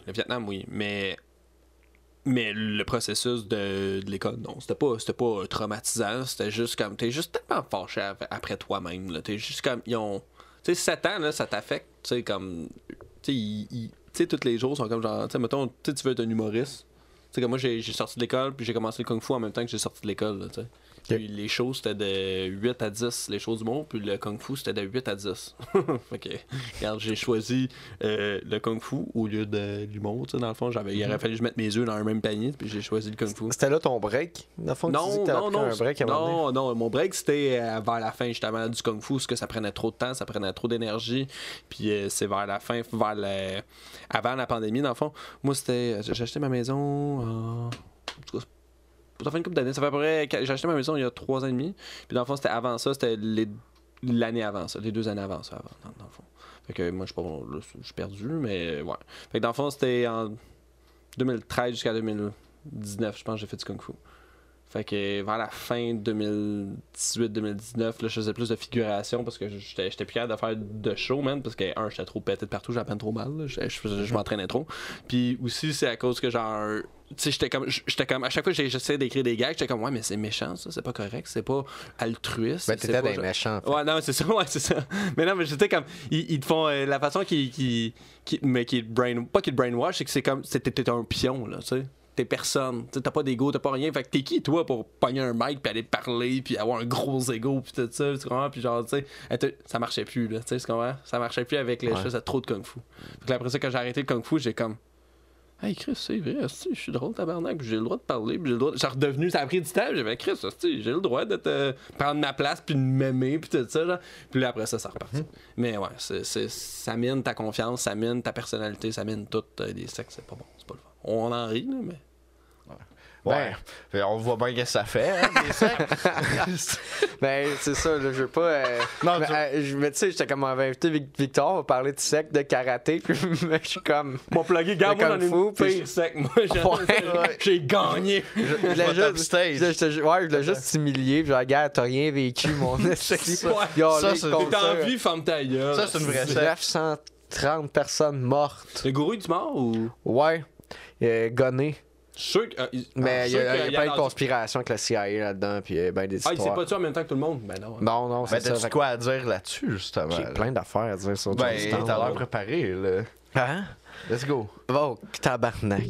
Mais le processus de l'école, non, c'était pas traumatisant, c'était juste comme, t'es juste tellement fâché après toi-même, là, t'es juste comme, ils ont, tu sais, 7 ans, là, ça t'affecte, tu sais, comme, tu sais, tous les jours sont comme genre, tu sais, mettons, tu veux être un humoriste, tu sais, comme moi, j'ai sorti de l'école, puis j'ai commencé le Kung Fu en même temps que j'ai sorti de l'école, là, tu sais. Puis les shows, c'était de 8 à 10, les shows du monde, puis le Kung Fu, c'était de 8 à 10. Fait que, regarde, j'ai choisi le Kung Fu au lieu de l'humour, tu sais, dans le fond, il aurait fallu que je mette mes œufs dans un même panier, puis j'ai choisi le Kung Fu. C'était là ton break? Dans le fond, tu dis que t'avais pris un break à un moment donné? Non, mon break, c'était vers la fin, justement, du Kung Fu, parce que ça prenait trop de temps, ça prenait trop d'énergie, puis c'est vers la fin, avant la pandémie, dans le fond. Moi, c'était, j'ai acheté ma maison, en tout cas, ça fait une couple d'années. Ça fait à peu près. J'ai acheté ma maison il y a 3 ans et demi. Puis dans le fond, c'était avant ça. C'était l'année avant ça. Les 2 années avant ça, dans le fond. Fait que moi, je suis perdu, mais ouais. Fait que dans le fond, c'était en 2013 jusqu'à 2019, je pense, j'ai fait du Kung Fu. Fait que vers la fin 2018-2019, là, je faisais plus de figuration parce que j'étais plus capable de faire de show, man. Parce que, j'étais trop pété de partout, j'avais à peine trop mal. Là. Je m'entraînais trop. Puis aussi, c'est à cause que, genre, tu sais, j'étais comme. À chaque fois que j'essayais d'écrire des gags, j'étais comme, ouais, mais c'est méchant, ça, c'est pas correct, c'est pas altruiste. Ben, t'étais des genre... méchants. Ouais, non, c'est ça, ouais, c'est ça. Mais non, mais j'étais comme. Ils te font. La façon mais qui pas qu'ils te brainwash, c'est que c'est comme. T'es un pion, là, tu sais. T'es personne, t'as pas d'ego, t'as pas rien. Fait que t'es qui, toi, pour pogner un mic, puis aller parler, puis avoir un gros ego, puis tout ça, tu comprends? Puis genre, tu sais, ça marchait plus, là, tu sais, tu comprends? Ça marchait plus avec les choses, trop de kung fu. Fait que après ça, quand j'ai arrêté le kung fu, j'ai comme, hey Chris, c'est vrai, je suis drôle, tabarnak, puis j'ai le droit de parler, puis j'ai le droit. J'ai redevenu, ça a pris du temps, j'ai fait Chris, j'ai le droit de te prendre ma place, puis de m'aimer, puis tout ça, genre. Puis là, après ça, ça repartit. Mais ouais, ça mine ta confiance, ça mine ta personnalité, ça mine tout. Les sexes, c'est pas bon, c'est pas le fun. On en rit, là, mais. Ouais. Fait, on voit bien ce que ça fait, hein, des secs. Ben, c'est ça, là, je veux pas. Non, mais tu sais, j'étais comme, on avait invité Victor, on va parler de sec, de karaté, puis je suis comme. Mon plugé, regarde, moi, j'en ai fou, une puis- pire sec. Moi, Ouais. j'ai gagné. Je voulais Votre juste. upstage. Je voulais juste t'humilier, puis genre, regarde, t'as rien vécu, mon esti. Ouais. Ça, c'est- T'es en vie, ferme ta gueule. Ça, c'est une vraie sec. 930 personnes mortes. Le gourou du mort ou. Ouais. Gonné. Je suis sûr que. Mais il y a plein de conspirations. conspirations avec la CIA là-dedans, puis ben des Ah, il s'est histoires. pas tué en même temps que tout le monde? Ben non. Non, non, Ben, c'est ça. t'as-tu Fait que quoi à dire là-dessus, justement? J'ai plein d'affaires à dire sur Ben, Jonestown. t'as l'air préparé, là. Hein? Let's go. Oh, tabarnak.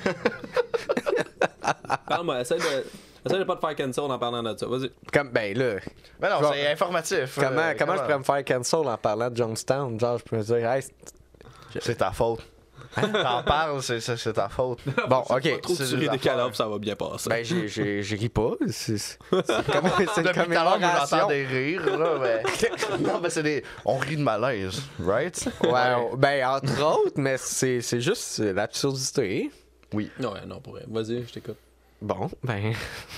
Parle-moi, essaye de pas te faire cancel en parlant de ça. Vas-y. Comme, ben là, Ben non, Je vais- c'est informatif. comment je pourrais me faire cancel en parlant de Jonestown? Genre, je peux me dire, hey, C'est ta faute. T'en parles, c'est ta faute. bon, Pas ok. trop c'est tirer des des affaires. calabres, ça va bien passer. Ben, j'ai ri pas. C'est comme c'est une Depuis tout à l'heure, commémoration. j'entends des rires, là, mais... Non, mais c'est des... On rit de malaise, right? Ouais, ben, entre autres, mais c'est juste l'absurdité. Oui. Non, ouais, non, pour vrai. Vas-y, je t'écoute. Bon, ben.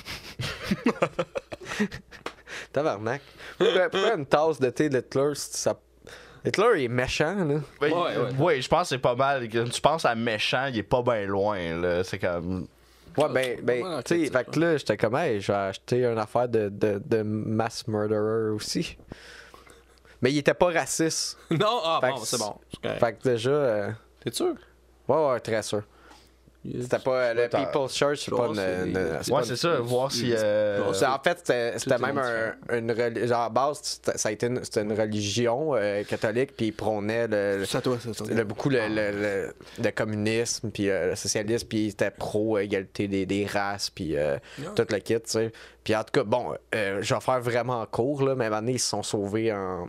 Tabarnak. Pourquoi une tasse de thé de Hitler, ça. Hitler il est méchant, là. Ben, Ouais, ouais. oui, je pense que c'est pas mal. Tu penses à méchant, il est pas bien loin, là. C'est comme... Ouais, Ouais, tu sais, fait que là, j'étais comme, hey, j'ai acheté une affaire de mass murderer aussi. Mais il était pas raciste. Non, ah Fait bon, que c'est bon. C'est correct. Fait que déjà. T'es sûr? Ouais, très sûr. C'était pas. Le Attends. People's Church, c'est pas Genre, une. Ouais, c'est ça, voir si... En fait, c'était Tout même une religion. Genre, à base, ça a été c'était une religion catholique, puis ils prônaient C'est à toi, c'est à toi. beaucoup le communisme, puis le socialisme, puis ils étaient pro-égalité des races, puis tout le kit, tu sais. Puis en tout cas, bon, je vais faire vraiment court, là, mais à un moment donné, ils se sont sauvés en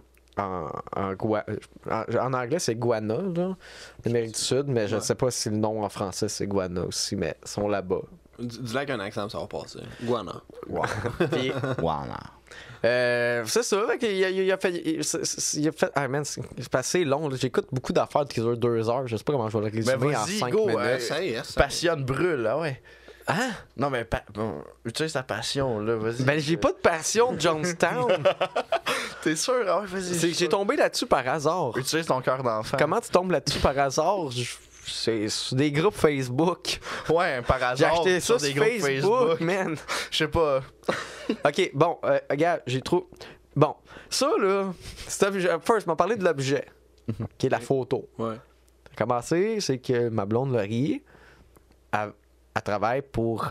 anglais, c'est Guana, là, l'Amérique du Sud, mais je ne sais pas si le nom en français, c'est Guana aussi, mais ils sont là-bas. Dis-le avec un accent, ça va passer. Guana. Puis, Voilà. c'est ça, fait qu'il il a fait. Il a fait. Ah, man, c'est assez long. Là. J'écoute beaucoup d'affaires qui durent 2 heures. Je sais pas comment je vais le résumer Ben, en vas-y, 5 go, minutes. Ça y est, ça. Passionne, brûle, ah ouais. Hein? Non, mais bon, utilise ta passion, là, vas-y. Ben, j'ai pas de passion de Jonestown. T'es sûr? Ah ouais, vas-y. C'est que j'ai tombé là-dessus par hasard. Utilise ton cœur d'enfant. Comment tu tombes là-dessus par hasard? C'est sur des groupes Facebook. Ouais, par J'ai hasard. acheté ça sur des sur groupes Facebook, man. Je sais pas. Ok, bon, regarde, j'ai trop. Bon, ça, là, cet objet. First, m'a parlé de l'objet, qui est la photo. Ouais. Ça a commencé, c'est que ma blonde Laurie, elle travaille pour.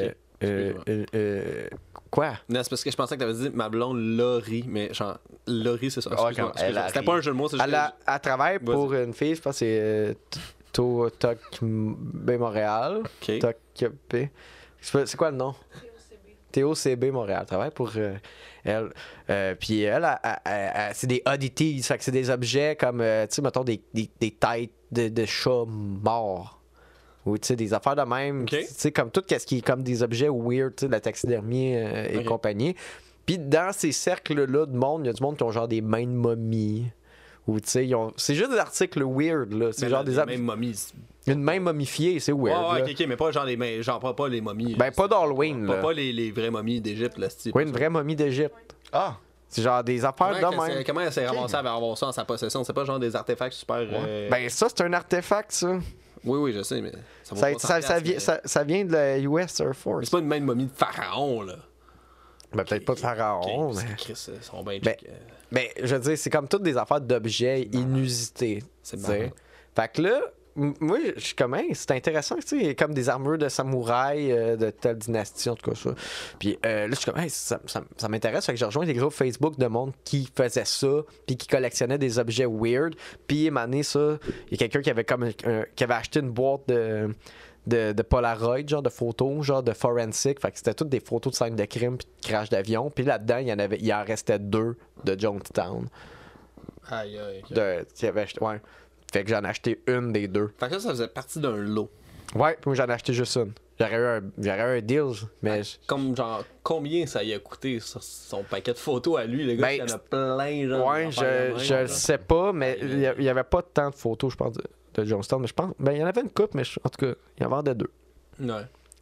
Quoi? Non, c'est parce que je pensais que t'avais dit ma blonde Laurie, mais genre, Laurie, c'est ça. Ouais, Excuse-moi, comme elle excuse-moi. C'était arrive. pas un jeu de mots, c'est juste. Elle travaille Vas-y. pour une fille, je pense que c'est TOC B Montréal. Ok. TOC B. C'est quoi le nom? TOCB Montréal. Elle travaille pour elle. Puis elle, c'est des oddities. Fait que c'est des objets comme, tu sais, mettons, des têtes de chats morts. Ou, tu sais, des affaires de même. Ok. Tu sais, comme tout ce qui est comme des objets weird, tu sais, de la taxidermie et Ok. compagnie. Puis dans ces cercles-là de monde, il y a du monde qui ont genre des mains de momies. Ou, tu sais, c'est juste des articles weird, là. C'est genre des Même momies. une main momifiée, c'est Ouais, weird. ouais, là. ok, mais pas genre les mains. Genre pas les momies. Ben, pas d'Halloween, là. Pas les vraies momies d'Égypte, là, style. Oui, une vraie momie d'Égypte. Ah! C'est genre des affaires de même. Comment elle s'est ramassée à avoir ça en sa possession? C'est pas genre des artefacts super. Ben, ça, c'est un artefact, ça. Oui, oui, je sais, mais. Ça, vaut Ça, pas ça, 100 ça, piastres, vient, ça vient de la US Air Force. C'est pas une main de momie de pharaon, là. Ben, peut-être pas de pharaon, Ok, mais... Chris, ils sont bien Ben, chic, Mais, je veux dire, c'est comme toutes des affaires d'objets inusités. C'est tu sais. marrant. Fait que là, moi, je suis comme, hey, c'est intéressant, tu sais, comme des armures de samouraï de telle dynastie, en tout cas, ça. Puis là, je suis comme, hey, ça m'intéresse. Fait que j'ai rejoint des groupes Facebook de monde qui faisait ça, puis qui collectionnait des objets weird. Puis, à un moment donné, ça, il y a quelqu'un qui avait comme qui avait acheté une boîte de Polaroid, genre de photos, genre de forensic. Fait que c'était toutes des photos de scènes de crime puis de crash d'avion. Puis là-dedans, il en restait 2 de Jonestown. Aïe, aïe. ok. Ouais. Fait que j'en ai acheté une des 2. Fait que ça faisait partie d'un lot. Ouais, puis moi j'en ai acheté juste une. J'aurais eu un deal, mais. Comme genre, combien ça y a coûté sur son paquet de photos à lui, le gars? Ben, Il y en a plein, genre. Ouais, d'affaires de je même, le sais pas, mais il y avait pas tant de photos, je pense, de Jonestown. Mais je pense. Ben, il y en avait une coupe, mais en tout cas, il y en avait 2. Ouais.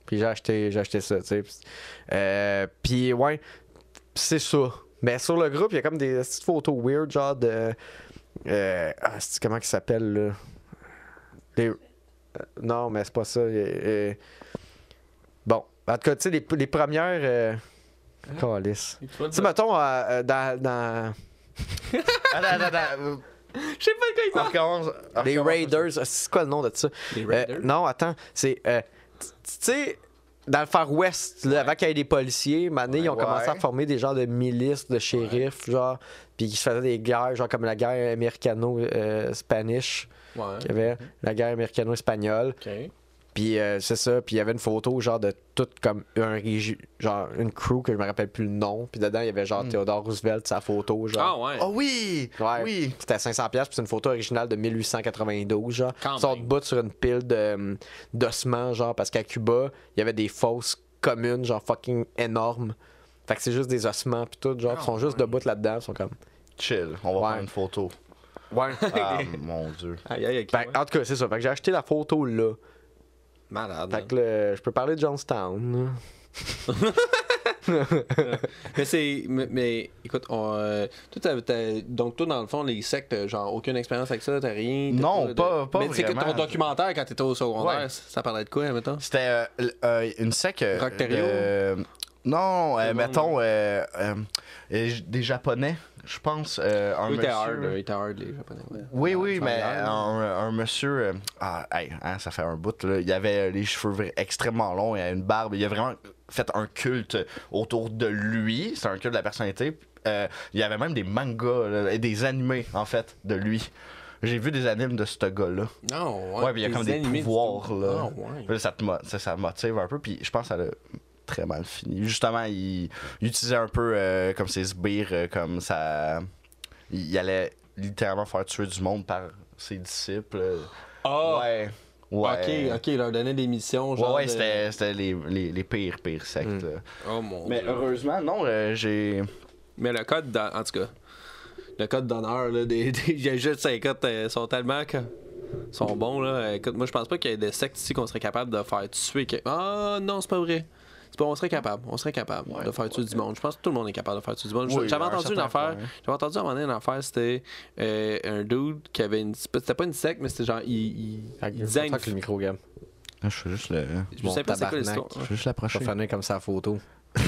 Puis j'ai acheté ça, tu sais. Puis ouais, c'est ça. Mais sur le groupe, il y a comme des petites photos weird, genre de. Comment il s'appelle, là? Non, mais c'est pas ça. Bon, en tout cas, tu sais, les premières. Calice. Tu sais, mettons, dans. Attends. Je sais pas de quoi il parle. Les Raiders. C'est quoi le nom de ça? Les Raiders? Non, attends. C'est. Tu sais, dans le Far West, là, avant qu'il y ait des policiers, maintenant, ils ont commencé à former des genres de milices, de shérifs, genre. Puis ils se faisaient des guerres, genre comme la guerre américano-spanish. Ouais. Il y avait la guerre américano-espagnole. Ok. Puis c'est ça, puis il y avait une photo genre de tout comme genre une crew que je me rappelle plus le nom, puis dedans il y avait genre Theodore Roosevelt sa photo genre. Ah ouais. Oh oui! Ouais. Oui! C'était 500$, puis c'est une photo originale de 1892 genre. Quand Ils sont même. debout sur une pile d'ossements genre parce qu'à Cuba, il y avait des fosses communes genre fucking énormes. Fait que c'est juste des ossements puis tout genre, ils sont juste debout là-dedans, ils sont comme Chill, on va Ouais. prendre une photo. ouais. Ah mon dieu. Aïe, aïe, ok, Fait ouais. que, en tout cas, c'est ça. Fait que j'ai acheté la photo là. Malade. Fait que là, je peux parler de Jonestown. Là. Mais écoute, donc toi dans le fond les sectes, genre aucune expérience avec ça, t'as rien. t'as Non, pas Mais c'est que vraiment. ton documentaire quand t'étais au secondaire, Ouais. ça parlait de quoi, mettons? C'était une sec. Rockterio? Non, C'est mettons des Japonais, je pense. Un Oui, t'es monsieur. hard, les Japonais. Ouais. Oui, oui, Ça mais a l'air, un monsieur. Ça fait un bout, là. Il avait les cheveux extrêmement longs, il avait une barbe. Il a vraiment fait un culte autour de lui. C'est un culte de la personnalité. Il y avait même des mangas là, et des animés, en fait, de lui. J'ai vu des animes de ce gars-là. Non, Ouais, puis il y a comme des animés du pouvoirs, tout. là. Ah, ouais. Puis là, ça motive un peu, puis je pense que ça a très mal fini. Justement, il utilisait un peu comme ses sbires, comme ça. Il allait littéralement faire tuer du monde par ses disciples. Ah! Ouais. Ouais. Ok, il leur donnait des missions, genre. Ouais, de- c'était les pires sectes. Oh mon Mais dieu. heureusement, non, j'ai. Mais le code, en tout cas, le code d'honneur, là, des juste 50 sont tellement. Sont bons, là. Écoute, moi, je pense pas qu'il y ait des sectes ici qu'on serait capable de faire tuer. Ah, non, c'est pas vrai. On serait capable de faire tuer du monde. Je pense que tout le monde est capable de faire tuer du monde. Oui, J'avais à un entendu une certain affaire. point. J'avais entendu à un moment donné une affaire, c'était un dude qui avait une. C'était pas une secte, mais c'était genre. Il disait une. que le micro game. Je fais juste le. Je sais pas c'est quoi tabarnak. l'histoire. Je fais juste Je l'approcher. vais finir comme sa photo.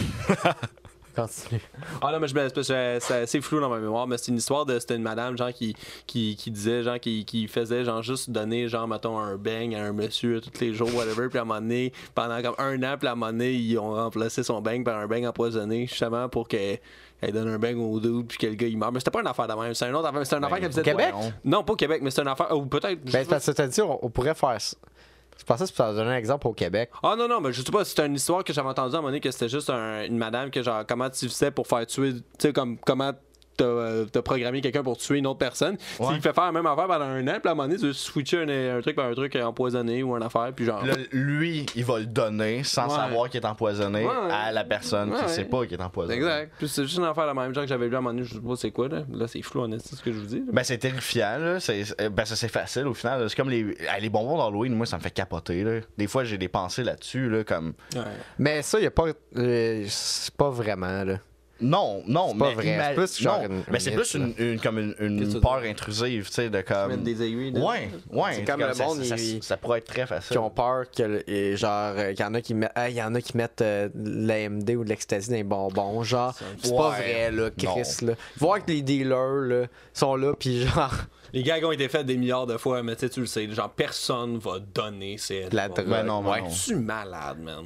Continue. Ah non, mais c'est assez flou dans ma mémoire, mais c'est une histoire de. C'était une madame, genre, qui disait, genre, qui faisait, genre, juste donner, genre, mettons, un beigne à un monsieur tous les jours, whatever, puis à un moment donné, pendant comme un an, puis à un moment donné, ils ont remplacé son beigne par un beigne empoisonné, justement, pour qu'elle donne un beigne au dude, puis que le gars, il meurt. Mais c'était pas une affaire de même, c'est une autre affaire. C'était une affaire qu'elle faisait. au Québec? Non, pas au Québec, mais c'était une affaire. Ou peut-être. Ben, c'est parce que t'as dit, on pourrait faire ça. Je pensais que tu as donné un exemple au Québec. Ah non, non, mais je sais pas, c'était une histoire que j'avais entendue à un moment donné que c'était juste une madame que genre comment tu faisais pour faire tuer, tu sais, comme comment t'as programmé quelqu'un pour tuer une autre personne. Ouais. Il fait faire la même affaire pendant un an, puis à un moment donné, tu veux switcher un truc par un truc empoisonné ou une affaire, puis genre. Là, lui, il va le donner sans Ouais. savoir qu'il est empoisonné Ouais. à la personne qui Ouais. sait pas qu'il est empoisonné. Exact. Puis c'est juste une affaire la même genre que j'avais lu à un moment donné, je sais pas c'est quoi là. Là c'est flou, c'est ce que je vous dis. Là. Ben, c'est terrifiant, là. C'est facile au final. C'est comme les bonbons d'Halloween, moi, ça me fait capoter, là. Des fois, j'ai des pensées là-dessus, là, comme. Ouais. Mais ça, il a pas. C'est pas vraiment, là. Non, C'est pas mais vrai. C'est plus genre non, une mais c'est mythe, plus comme une Qu'est-ce que tu peur veux intrusive, tu sais, de comme. Mettre des aiguilles. là. Ouais. C'est comme le monde, ça pourrait être très facile. Qui ont peur que qu'il y en a qui mettent de l'AMD ou de l'ecstasy dans les bonbons, genre. C'est pas Ouais. vrai, là, Chris, Non. là. Voir que les dealers, là, sont là, pis genre. Les gags ont été faits des milliards de fois, mais tu sais, tu le sais, genre personne va donner ces. La drogue. Ben non, ouais. non. Je suis malade, man.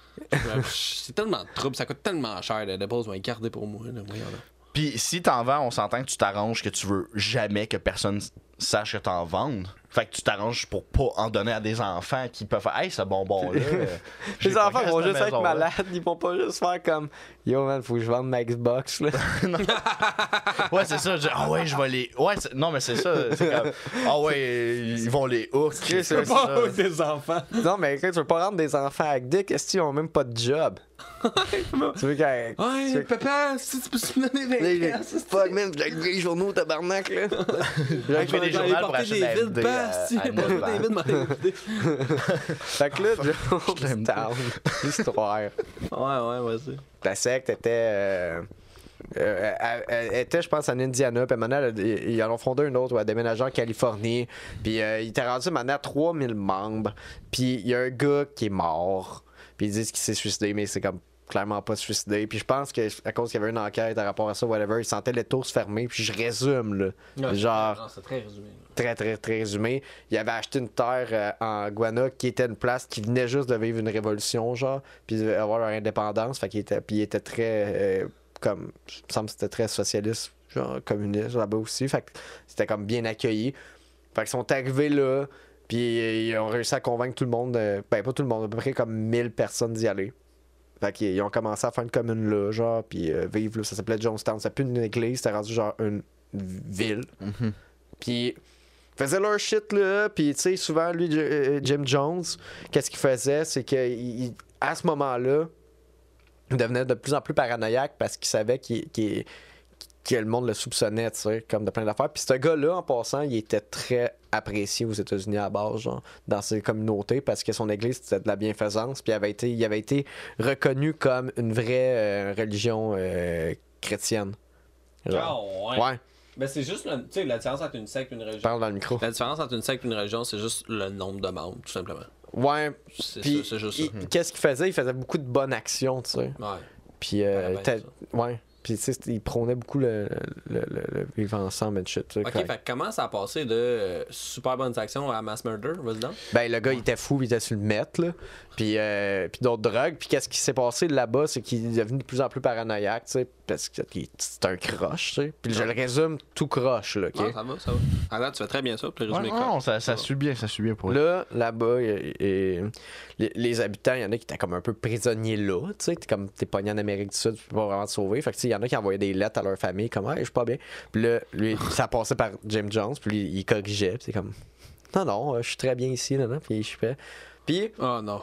C'est tellement de trouble, ça coûte tellement cher. Les dépôts vont les garder pour moi. Là, voyons là. Puis si t'en vends, on s'entend que tu t'arranges que tu veux jamais que personne sache que t'en vendes. Fait que tu t'arranges pour pas en donner à des enfants qui peuvent faire « Hey, ce bonbon-là... Les enfants vont juste être malades, ils vont pas juste faire comme Yo man, faut que je vende ma Xbox là. » Ouais, c'est ça. Ah ouais, je vais les... Ouais, non, mais c'est ça. C'est comme... Ah ouais, ils vont les hook. C'est C'est ça. ça. des enfants. Non mais quand tu veux pas rendre des enfants avec Dick, est-ce qu'ils ont même pas de job? Tu veux qu'elle. Ouais, papa, si tu peux me donner 20 piastres, Fuck man, j'ai les journaux tabarnak là. J'ai des journaux pour acheter de la FD. Ah, si, à bonjour 9 ans. David m'a invité. Fait que là, Jonestown, l'histoire. Ouais, vas-y. La secte était. Elle était, je pense, en Indiana. Puis maintenant, ils en ont fondé une autre où elle a déménagé en Californie. Puis il était rendu maintenant à 3000 membres. Puis il y a un gars qui est mort. Puis ils disent qu'il s'est suicidé, mais c'est comme clairement pas suicidé. Puis je pense qu'à cause qu'il y avait une enquête à rapport à ça, whatever, il sentait les tours se fermer. Puis je résume, là. Ouais, Genre, c'est très résumé. très, très, très résumé. Il avait acheté une terre en Guyana qui était une place qui venait juste de vivre une révolution, genre. Puis avoir leur indépendance. Fait qu'il était, puis il était très. Comme, il me semble que c'était très socialiste, genre communiste là-bas aussi. Fait que c'était comme bien accueilli. Fait qu'ils sont arrivés là, puis ils ont réussi à convaincre tout le monde, ben pas tout le monde, à peu près comme 1000 personnes d'y aller. Fait qu'ils ont commencé à faire une commune là, genre, puis vivre là. Ça s'appelait Jonestown. C'était plus une église, c'était rendu genre une ville. Mhm. Puis ils faisaient leur shit là, puis tu sais, souvent, lui, Jim Jones, qu'est-ce qu'il faisait, c'est qu'à ce moment-là, il devenait de plus en plus paranoïaque parce qu'il savait que le monde le soupçonnait, tu sais, comme de plein d'affaires. Puis ce gars-là, en passant, il était très apprécié aux États-Unis à la base, genre, dans ses communautés, parce que son église, c'était de la bienfaisance, puis il avait été reconnu comme une vraie religion chrétienne. Genre. Ah, ouais. Ouais, Ben, c'est juste, tu sais, la différence entre une secte et une religion. parle dans le micro. La différence entre une secte et une religion, c'est juste le nombre de membres, tout simplement. Ouais, C'est puis ça, c'est juste ça. qu'est-ce qu'il faisait? Il faisait beaucoup de bonnes actions, tu sais. Ouais. Puis, ben, ouais. Puis, tu sais, il prônait beaucoup le vivre ensemble et shit. Ok, fait que comment ça a passé de super bonnes actions à mass murder, vas-y donc? Ben, le gars, il était fou, il était sur le meth, là. Puis d'autres drogues. Puis, qu'est-ce qui s'est passé là-bas, c'est qu'il est devenu de plus en plus paranoïaque, tu sais, parce que c'est un croche, tu sais. Puis, je le résume tout croche, là, ok? Ouais, ça va, ça va. Alors, tu fais très bien ça, puis le Ouais, résumé non, ça suit bien pour eux. Là-bas, les habitants, il y en a qui étaient comme un peu prisonniers là, tu sais. T'es pogné en Amérique du Sud, tu peux pas vraiment te sauver. Fait que, tu sais, il y en a qui envoyaient des lettres à leur famille, comme, hey, je suis pas bien. Puis là, lui, ça passait par Jim Jones, puis lui, il corrigeait, puis c'est comme, non, je suis très bien ici, là, puis je suis fait. Puis, Oh non.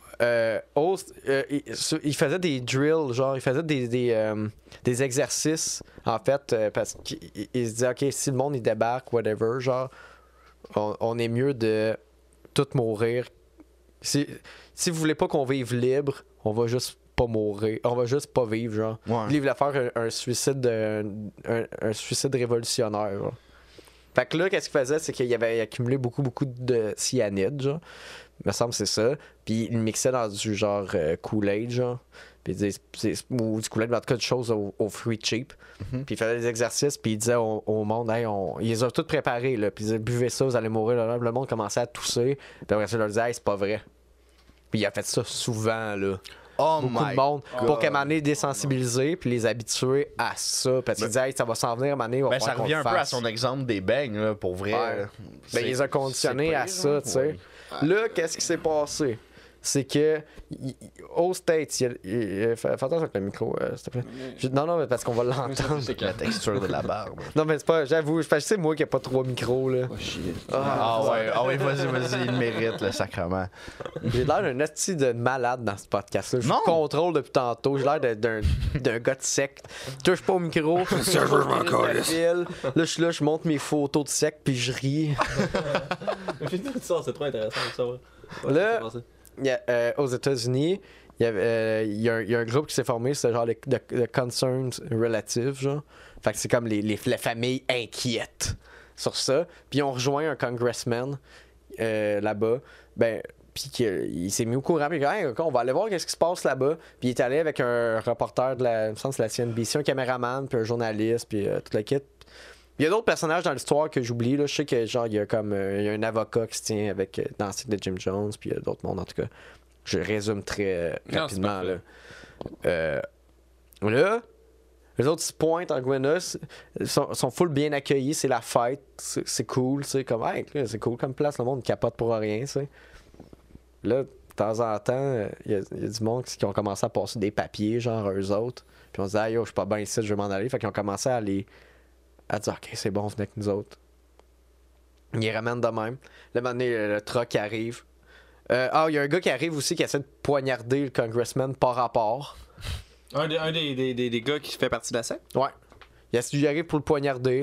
il faisait des drills, genre, il faisait des exercices, en fait, parce qu'il se disait, ok, si le monde il débarque, whatever, genre, on est mieux de tout mourir. Si vous voulez pas qu'on vive libre, on va juste pas mourir, on va juste pas vivre, genre. Ouais. Lui, il voulait faire un suicide, un suicide révolutionnaire, genre. Fait que là, qu'est-ce qu'il faisait, c'est qu'il avait accumulé beaucoup de cyanide, genre. Il me semble que c'est ça. Puis il le mixait dans du genre Kool-Aid, genre. Puis il disait, ou du Kool-Aid, mais en tout cas, de choses au fruit cheap. Puis il faisait des exercices, puis il disait au monde, hey, ils les ont tous préparés, là. Puis il disait, buvez ça, vous allez mourir. Là. Le monde commençait à tousser. Puis après ça, il leur disait, hey, c'est pas vrai. Puis il a fait ça souvent, là. Oh Beaucoup de monde pour qu'à un moment donné, désensibiliser puis les habituer à ça. Parce qu'il disait, hey, ça va s'en venir, à un moment donné, on va Ben, ça falloir qu'on revient le un peu à fasse. son exemple des beignes, là, pour vrai. Ouais. là. Ben, il les a conditionnés à ça, tu sais. Là, qu'est-ce qui s'est passé? C'est que, au States, fais attention avec le micro, s'il te plaît. Non, mais parce qu'on va l'entendre. La texture de la barbe. Non, mais c'est pas, j'avoue, c'est moi qui n'ai pas 3 micros, là. Ouais, vas-y, il mérite le sacrement. J'ai l'air d'un hostie de malade dans ce podcast-là. Je Non. vous contrôle depuis tantôt. J'ai l'air d'un gars de secte. Je touche pas au micro. Là, je suis là, je monte mes photos de secte, puis je ris. C'est trop intéressant, ça va. Là, aux États-Unis, il y a un groupe qui s'est formé, c'est genre le Concerns Relatives, genre. Fait que c'est comme les familles inquiètes sur ça. Puis ils ont rejoint un congressman là-bas. Ben, puis il s'est mis au courant. Puis il a dit, hey, on va aller voir qu'est-ce qui se passe là-bas. Puis il est allé avec un reporter il me semble que c'est la CNBC, un caméraman, puis un journaliste, puis toute la kit. Il y a d'autres personnages dans l'histoire que j'oublie. Là. Je sais que genre il y a comme il y a un avocat qui se tient avec dans le cycle de Jim Jones, puis il y a d'autres mondes en tout cas. Je résume très rapidement. Là, les autres se pointent en Guyana, sont full bien accueillis, c'est la fête, c'est cool, c'est comme hey, c'est cool comme place, le monde capote pour rien, tu sais. Là, de temps en temps, il y a du monde qui ont commencé à passer des papiers, genre eux autres. Puis on se dit, ah, yo, je suis pas bien ici, je vais m'en aller. Fait qu'ils ont commencé à dire, ok, c'est bon, venez avec nous autres. Ils les ramènent de même. Là, maintenant, le truck arrive. Il y a un gars qui arrive aussi qui essaie de poignarder le congressman par rapport. Un des gars qui fait partie de la secte? Ouais. Il arrive pour le poignarder.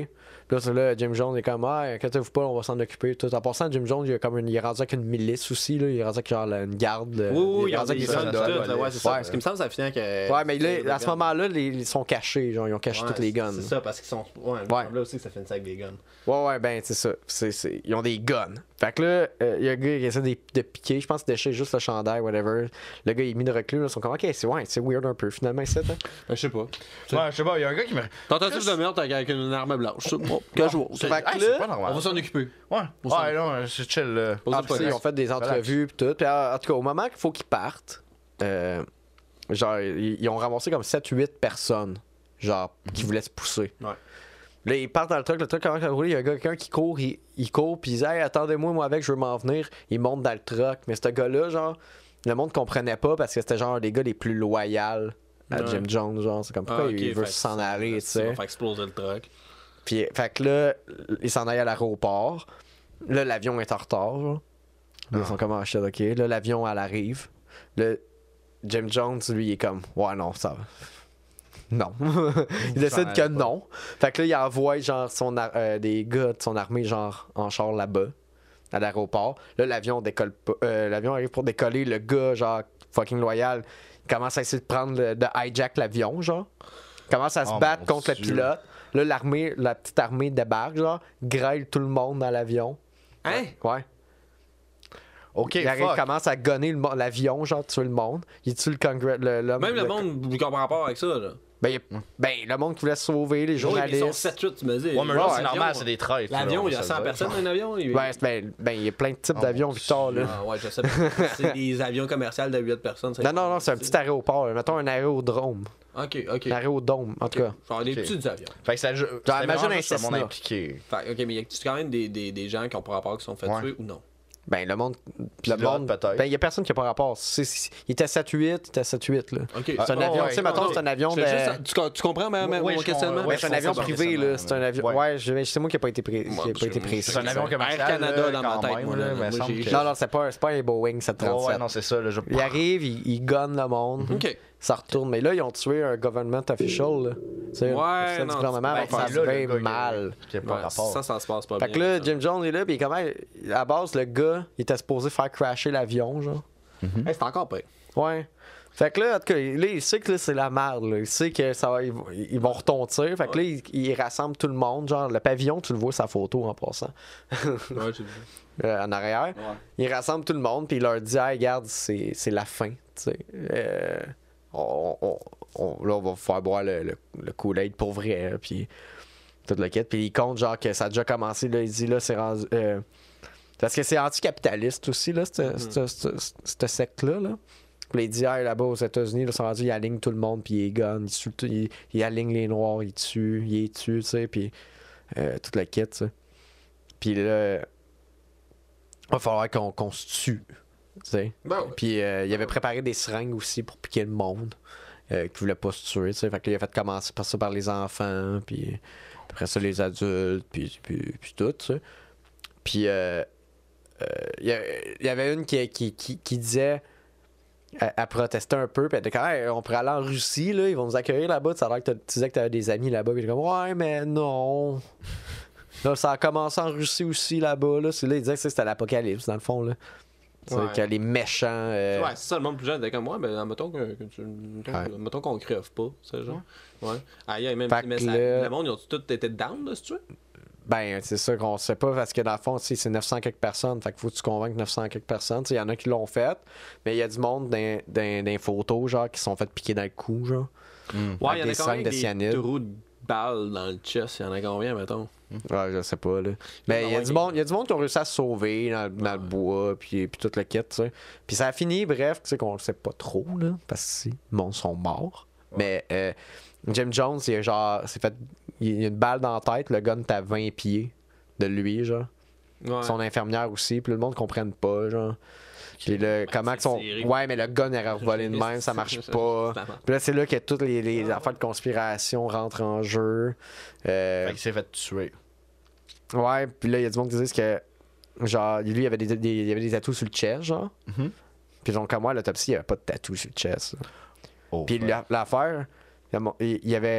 Puis là, c'est là, Jim Jones est comme, ah, inquiétez-vous pas, on va s'en occuper. Tout. En passant, Jim Jones, il est rendu avec une milice aussi, là. Il est rendu avec genre une garde. Oui, il est rendu avec des soldats. Ouais, c'est ça. Parce qu'il me semble que ça finit que. Ouais, mais là, à ce moment-là, ils sont cachés, genre, ils ont caché toutes les guns. C'est ça, parce qu'ils sont. Ouais, là aussi que ça finit avec des guns. Ouais, ben, c'est ça. Ils ont des guns. Fait que là, il y a un gars qui essaie de piquer. Je pense qu'il déchire juste le chandail, whatever. Le gars, il est mis de reclus. Là, ils sont comme, ok, c'est weird un peu, finalement, c'est ça. Je sais pas. Ouais, je sais pas, il y a un gars qui me. Tentative de meurtre avec une arme blanche. Bon, casual. Fait que Hey, là, c'est pas normal. On va s'en occuper. Ouais, ouais, non, c'est chill. Là. ils ont fait des entrevues pis tout. Puis en tout cas, au moment qu'il faut qu'ils partent, genre, ils ont ramassé comme 7-8 personnes, genre, qui voulaient se pousser. Ouais. Là, ils partent dans le truck commence à rouler, il y a quelqu'un qui court, il court, puis il dit « Hey, attendez-moi, moi avec, je veux m'en venir. » Il monte dans le truck. Mais ce gars-là, genre, le monde comprenait pas parce que c'était genre les gars les plus loyaux à Jim Jones, genre. C'est comme pourquoi il veut s'en aller, tu sais. Ça va faire exploser le truck. Puis, fait que là, ils s'en aillent à l'aéroport. Là, l'avion est en retard, genre. Là, ils sont comme « shit, ok. » Là, l'avion, elle arrive. Là, Jim Jones, lui, il est comme « Ouais, non, ça va. » Non. Il décide que non. Fait que là, il envoie genre des gars de son armée genre en char là-bas, à l'aéroport. Là, l'avion décolle pas. L'avion arrive pour décoller. Le gars, genre, fucking loyal, commence à essayer de prendre de hijack l'avion, genre. Commence à se battre contre le pilote. Là, la petite armée débarque, genre, grêle tout le monde dans l'avion. Hein? Ouais. Ok, Il arrive, fuck. commence à gonner l'avion, genre, tuer le monde. Il tue l'homme. Même le monde ne comprend pas avec ça, là. Ben, le monde qui voulait se sauver, les Ils journalistes. sont 7-8, tu me dis. Ouais, mais là, c'est l'avion, normal, c'est des traîtres. L'avion, là, il y a on 100 va se le personnes dire. dans un avion. Il y a plein de types d'avions, Victor, là. Ah, ouais, je sais pas. C'est des avions commerciaux de 8 personnes. Non, c'est un petit aéroport. Là. Mettons un aérodrome. Ok. Un aérodome, en tout cas. Genre des petits avions. Fait que ça joue. imagine un c'est mon Cessna. impliqué. Fait, ok, mais y a quand même des gens qui ont pas rapport qui sont fait tuer ou non? Ben, le monde. peut-être. Ben, il y a personne qui a pas rapport. Il était 7-8, là. Ok. C'est un avion, tu sais, mettons, c'est un avion de. Tu comprends mon questionnement? Ouais, c'est un avion privé, là. C'est un avion. Ouais, c'est moi qui n'ai pas été précis. C'est un avion commercial. Air Canada là, dans ma quand tête, même, moi, là, là. mais Moi, semble j'ai- que- Non, c'est pas un Boeing 737. Ouais, non, c'est ça. Là, Il arrive, il gonne le monde. Ok. Ça retourne. Mais là, ils ont tué un government official, là. Tu sais, Ouais, un officiel du non, gouvernement, ben, donc ça c'est se là, le fait gars, mal. Qui a pas Ouais, rapport. ça se passe pas Fait bien. que là, ça. Jim Jones est là, puis quand même, à la base, le gars, il était supposé faire crasher l'avion, genre. Hey, c'est encore pire. Ouais. Fait que là, en tout cas, là, il sait que là, c'est la merde, là. Il sait que ça va, ils vont retontir. Fait que là, il rassemble tout le monde. Genre, le pavillon, tu le vois sa photo en passant. Ouais, j'ai vu. En arrière. Ouais. Il rassemble tout le monde, puis il leur dit, hey, regarde, c'est la fin, tu sais. Là, on va faire boire le Kool-Aid pour vrai, puis tout le kit. Puis il compte, genre, que ça a déjà commencé, là, il dit, là, c'est rendu... parce que c'est anticapitaliste aussi, là, cette secte-là, là. Puis là, il dit, hey, là-bas aux États-Unis, là, ils sont rendus, ils alignent tout le monde, puis ils gunnent, ils alignent les Noirs, ils les tuent, tu sais, puis tout le kit, tu sais. Puis là, il va falloir qu'on se tue, tu sais. Bon. Puis il avait préparé des seringues aussi pour piquer le monde qui voulait pas se tuer, tu sais. Fait que là, il a fait commencer par ça par les enfants, puis après ça les adultes, puis tout, tu sais. Puis il y avait une qui disait, elle protestait un peu, puis elle était comme, hey, on pourrait aller en Russie, là, ils vont nous accueillir là-bas. Ça a l'air que tu disais que tu avais des amis là-bas, puis comme, ouais, mais non. Là, ça a commencé en Russie aussi là-bas, là. Là, ils disaient que c'était l'apocalypse, dans le fond, là. C'est Ouais. que les méchants. Ouais, c'est ça, le monde plus jeune était comme moi, ben mettons qu'on crève pas, c'est genre. Ouais. Ah, il y a même Fait mais que ça- là- le monde, ils ont tous été down de se tuer. Ben, c'est ça qu'on sait pas, parce que dans le fond, tu sais, c'est 900 quelques personnes. Fait qu'il faut que tu convainques 900 quelques personnes. Il y en a qui l'ont fait, mais il y a du monde dans les photos, genre, qui se sont fait piquer dans le cou, genre. Ouais, il y en des a seringues combien de des cyanide. trous de balles dans le chest, il y en a combien, mettons? Ouais, je sais pas, là. Mais il y a du monde qui ont réussi à se sauver dans le bois, puis tout le kit, tu sais. Puis ça a fini, bref, tu sais, qu'on le sait pas trop, là, parce que le monde sont morts. Mais Jim Jones, il a genre, il a une balle dans la tête, le gun est à 20 pieds de lui, genre. Ouais. Son infirmière aussi, puis le monde ne comprenne pas, genre. Puis là, comment que son. tiré. Ouais, mais le gun aurait revolé de même, ça marche pas. Puis là, c'est là que toutes les affaires de conspiration rentrent en jeu. Fait qu'il s'est fait tuer. Ouais, puis là, il y a du monde qui disent que, genre, lui, il y avait des tatous sur le chest, genre. Puis donc, comme moi, à l'autopsie, il n'y avait pas de tatou sur le chest. là. Oh, Puis ouais. l'affaire, il y avait.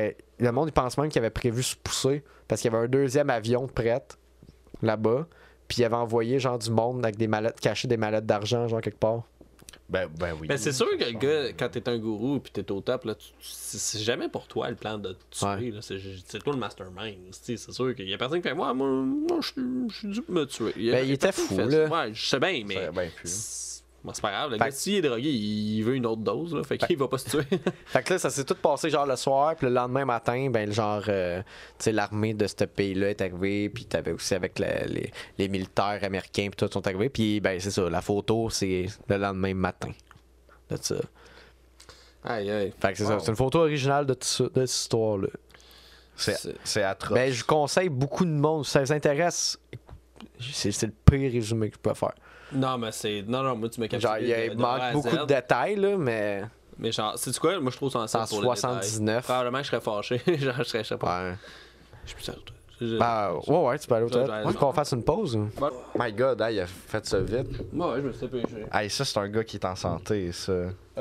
le monde, il pense même qu'il avait prévu se pousser parce qu'il y avait un deuxième avion de prêt là-bas. Puis il avait envoyé genre du monde avec des mallettes, caché des mallettes d'argent, genre quelque part. Ben oui. Ben, c'est sûr que le gars, quand t'es un gourou pis t'es au top, là, c'est jamais pour toi le plan de te tuer. Ouais. Là, c'est toi le mastermind. C'est sûr qu'il y a personne qui fait moi je suis dû me tuer. Ben, il était personne qui fou, fait là. ça. Ouais, je sais bien, mais. Ça aurait bien pu. Bon, c'est pas grave. Le Fait gars, s'il est drogué, il veut une autre dose. Là, fait qu'il va pas se tuer. Fait que là, ça s'est tout passé genre le soir, puis le lendemain matin, ben genre, tu sais, l'armée de ce pays-là est arrivée, puis t'avais aussi avec les militaires américains, puis tout sont arrivés, puis ben c'est ça, la photo, c'est le lendemain matin de ça. Aïe, aïe. Fait que c'est ça, c'est une photo originale de, tout ça, de cette histoire-là. C'est atroce. Ben, je conseille beaucoup de monde, si ça les intéresse, c'est le pire résumé que je peux faire. Non, mais c'est. Non, moi, tu m'as capturé. Genre, il de A manque à beaucoup Z. de détails, là, mais Mais genre, sais-tu quoi? Moi, je trouve ça en c'est en 79. Probablement que je serais fâché. Genre, je serais pas. Ouais. Je suis plus sérieux. Ben, ouais, tu peux aller aux toilettes. Ouais, Moi, qu'on fasse une pause. Ou? My God, hey, il a fait ça vite. Ouais, je me suis pêché. Hey, ça, c'est un gars qui est en santé, ça.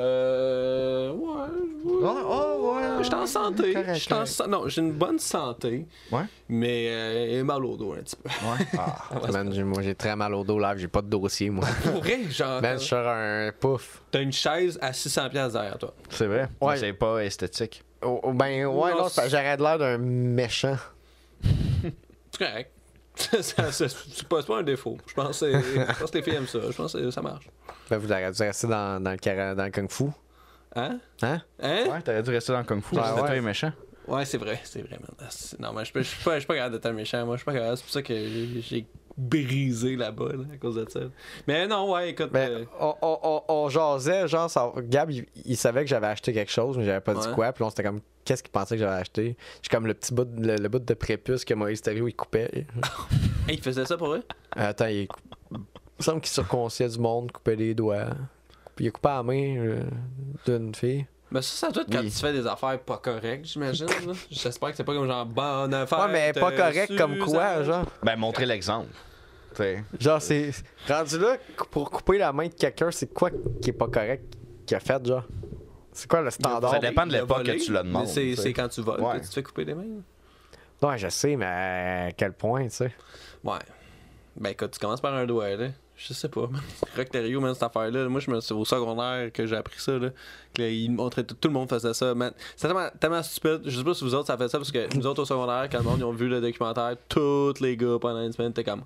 Ouais. Oh, ouais. Je suis en santé. Correct, J'suis en sa- Non, j'ai une bonne santé. Ouais? Mais mal au dos un petit peu. Ouais. Ah. Man, moi, j'ai très mal au dos, là. J'ai pas de dossier, moi. Pour vrai, genre. Man, je suis sur un pouf. T'as une chaise à 600$ derrière toi. C'est vrai? Ouais. Mais c'est pas esthétique. Ben, ouais, non, j'aurais l'air d'un méchant. C'est correct. C'est pas un défaut. Je pense que les filles aiment ça. Je pense que ça marche. Ben, vous auriez dû rester dans le Kung Fu. Hein? Hein? Hein? Ouais, t'aurais dû rester dans le Kung Fu. Ouais, C'était ouais. toi les méchants. Ouais, c'est vrai, man. Non, mais je suis pas capable d'être un méchant. Moi, je suis pas capable. C'est pour ça que j'ai brisé là-bas, là, à cause de ça. Mais non, ouais, écoute. Ben, on jasait, genre, Gab, il savait que j'avais acheté quelque chose, mais j'avais pas dit Ouais. quoi. Puis là, on s'était comme, qu'est-ce qu'il pensait que j'avais acheté? J'ai comme le petit bout, le bout de prépuce que Moïse Thériault, il coupait. Hey, il faisait ça pour eux? Attends, il me semble qu'il circonciait du monde, coupait les doigts. Puis il a coupé la main d'une fille. Ben ça doit être quand Oui. tu fais des affaires pas correctes, j'imagine. Là. J'espère que c'est pas comme genre bonne affaire. Ouais, mais pas correct comme quoi, genre. Ben, montrer l'exemple. T'sais. Genre, c'est. Rendu là, pour couper la main de quelqu'un, c'est quoi qui est pas correct qu'il a fait, genre? C'est quoi le standard? Ça dépend de Il a l'époque volé, que tu le demandes. mais c'est t'sais. quand tu voles Ouais. que tu te fais couper les mains. Ouais, je sais, mais à quel point, tu sais? Ouais. Ben écoute, tu commences par un doigt, là. Je sais pas, man. Rock Thériault, man, cette affaire-là. Moi, c'est au secondaire que j'ai appris ça, là. Que là, il montrait tout le monde faisait ça, man. C'est tellement stupide. Je sais pas si vous autres, ça fait ça, parce que nous autres, au secondaire, quand le monde, ils ont vu le documentaire, tous les gars, pendant une semaine, t'es comme...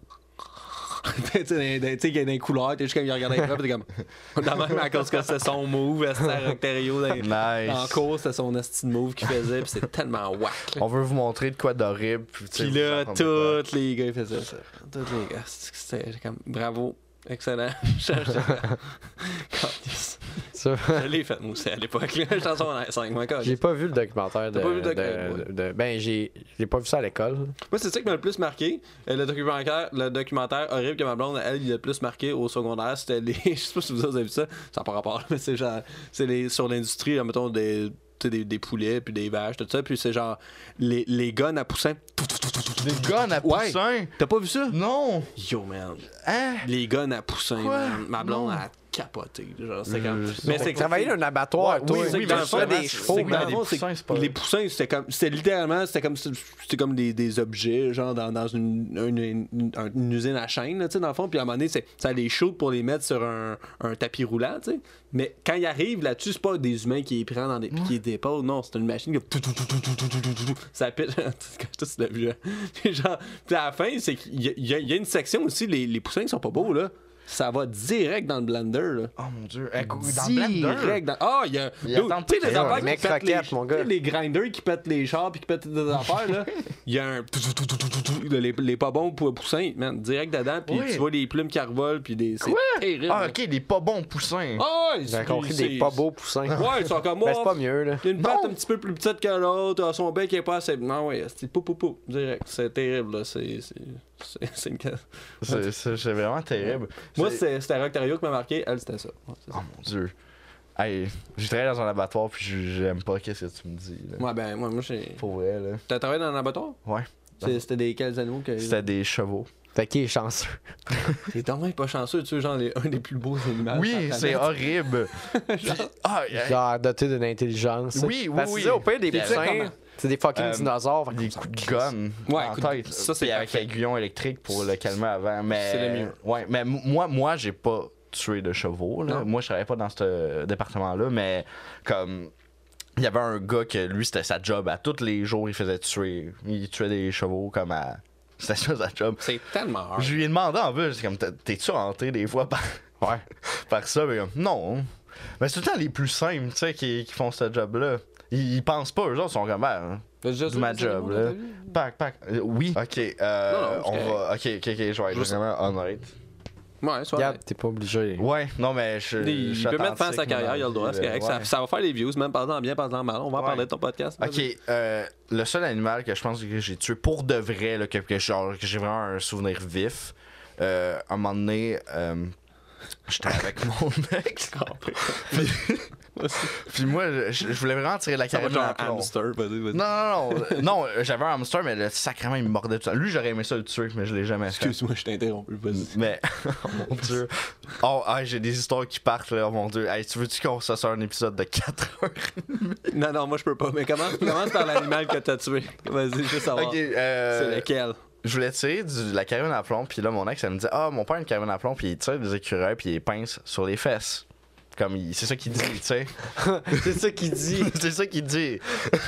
tu sais, il y a des couleurs, t'es juste comme, il regardait les preuves, t'es comme... De même, à cause que c'était son move, c'était Rock Thériault, en Nice. cours, c'était son esti de move qu'il faisait, pis c'est tellement whack, là. On veut vous montrer de quoi d'horrible. Puis Puis là, tous les gars ils faisaient ça. Tous les gars. C'était comme bravo, excellent. Ça. Je l'ai fait, moi aussi, à l'époque. là. J'étais en secondaire 5, moi, quand J'ai pas vu le documentaire de. T'as pas vu le documentaire? Ben, j'ai pas vu ça à l'école. Moi, c'est ça qui m'a le plus marqué. Le documentaire horrible que ma blonde, elle, il a le plus marqué au secondaire, c'était les. Je sais pas si vous avez vu ça, ça n'a pas rapport, mais c'est genre. C'est les sur l'industrie, mettons, des poulets, puis des vaches, tout ça, puis c'est genre les guns à poussins. Des guns à Ouais. poussins. T'as pas vu ça? Non. Yo, man. Hein? Les guns à poussins, Quoi? man. Ma blonde Non. a capoté. Genre, c'est comme. Mais c'est travailler dans un abattoir, Ouais, toi. oui, c'est oui, que mais tu fais des chevaux, c'est que man. dans le fond, des poussins, c'est pas- les poussins, c'était littéralement, c'était comme des objets, genre dans une usine à chaîne, là, tu sais, dans le fond. Puis à un moment donné, ça les shoot pour les mettre sur un tapis roulant, tu sais. Mais quand ils arrivent là-dessus, c'est pas des humains qui les prennent dans des pieds d'épaule, non, c'est une machine qui ça pète. Quand tu l'as vu, hein. Puis genre, puis à la fin, c'est qu'il y a une section aussi, les poussins qui sont pas beaux, là. Ça va direct dans le blender, là. Oh mon dieu. Dans le blender. Direct dans... Ah, il y a... Il Dude, attend tu sais, les tout- affaires les mecs qui pètent croquettes, mon gars. tu sais, les grinders qui pètent les chars puis qui pètent des affaires, là. Il y a un... Les pas bons poussins, man, direct dedans, puis Oui. tu vois les plumes qui revolent, puis des... C'est terrible. Ah, ok, des pas bons poussins. Ah, ouais, J'ai compris des pas beaux poussins. Ouais, ils sont comme moi. Ben, c'est pas mieux, là. Il y a une patte un petit peu plus petite que l'autre, son bec est pas assez... Non, ouais, c'est pou, direct. C'est terrible, là. C'est une... C'est vraiment terrible. Moi, C'est- c'était Rock Thériault qui m'a marqué. Elle, c'était ça. Ouais, c'est ça. Oh mon dieu. Hey, j'ai travaillé dans un abattoir puis j'aime pas qu'est-ce que tu me dis. Là. Ouais, ben, moi, j'ai... Pour vrai, là. T'as travaillé dans un abattoir? Ouais. C'était des quels animaux que... C'était des chevaux. Fait qu'il est chanceux. T'es tellement pas chanceux, tu sais, genre un des plus beaux animaux. Oui, c'est horrible. Puis- ah, hey. Genre doté d'une intelligence. Oui, oui, Parce que oui. tu sais, au pire des Puis poussins, comment? C'est des fucking dinosaures. Des coups de gun en tête. ça, c'est Puis avec parfait. aiguillon électrique pour le calmer avant. Mais, C'est le mieux. Ouais, mais moi j'ai pas tué de chevaux. Là. Non. Moi, je travaillais pas dans ce département-là, mais comme. Il y avait un gars que lui, c'était sa job. À tous les jours, il faisait tuer. Il tuait des chevaux comme à. C'était ça sa job. C'est tellement hard. Je lui ai demandé en plus, comme, t'es-tu hanté des fois par, par ça? Mais comme, non. Mais c'est tout le temps les plus simples, tu sais, qui font ce job-là. Ils pensent pas, eux autres sont comme, c'est ma job, là. Pac. Oui. Ok, non, on va. Ok, je vais être vraiment honnête. Ouais, soit. Regarde, t'es pas obligé. Ouais, non, mais Il peut mettre fin à sa carrière, il a le droit, c'est correct. Ça va faire les views, même parlant bien, parlant mal. On va en parler de ton podcast. Ok, le seul animal que je pense que j'ai tué pour de vrai, là, que j'ai vraiment un souvenir vif, à un moment donné, j'étais avec mon ex. Puis moi, je voulais vraiment tirer la Ça va carabine genre à plomb. hamster, vas-y. Non, j'avais un hamster, mais le sacrément, il me mordait tout ça. Lui, j'aurais aimé ça le tuer, mais je l'ai jamais fait. Excuse-moi, je t'ai interrompu, vas-y. Mais, oh mon dieu. Oh, j'ai des histoires qui partent, là, oh mon dieu. Hey, tu veux-tu qu'on fasse un épisode de 4 heures? Non, moi je peux pas. Mais commence par l'animal que t'as tué. Vas-y, juste savoir. Ok, C'est lequel? je voulais tirer de la carabine à plomb, puis là, mon ex, elle me dit, mon père a une carabine à plomb, puis il tire des écureuils, puis il les pince sur les fesses. Comme, c'est ça qu'il dit, tu sais. C'est ça qu'il dit. C'est ça qu'il dit.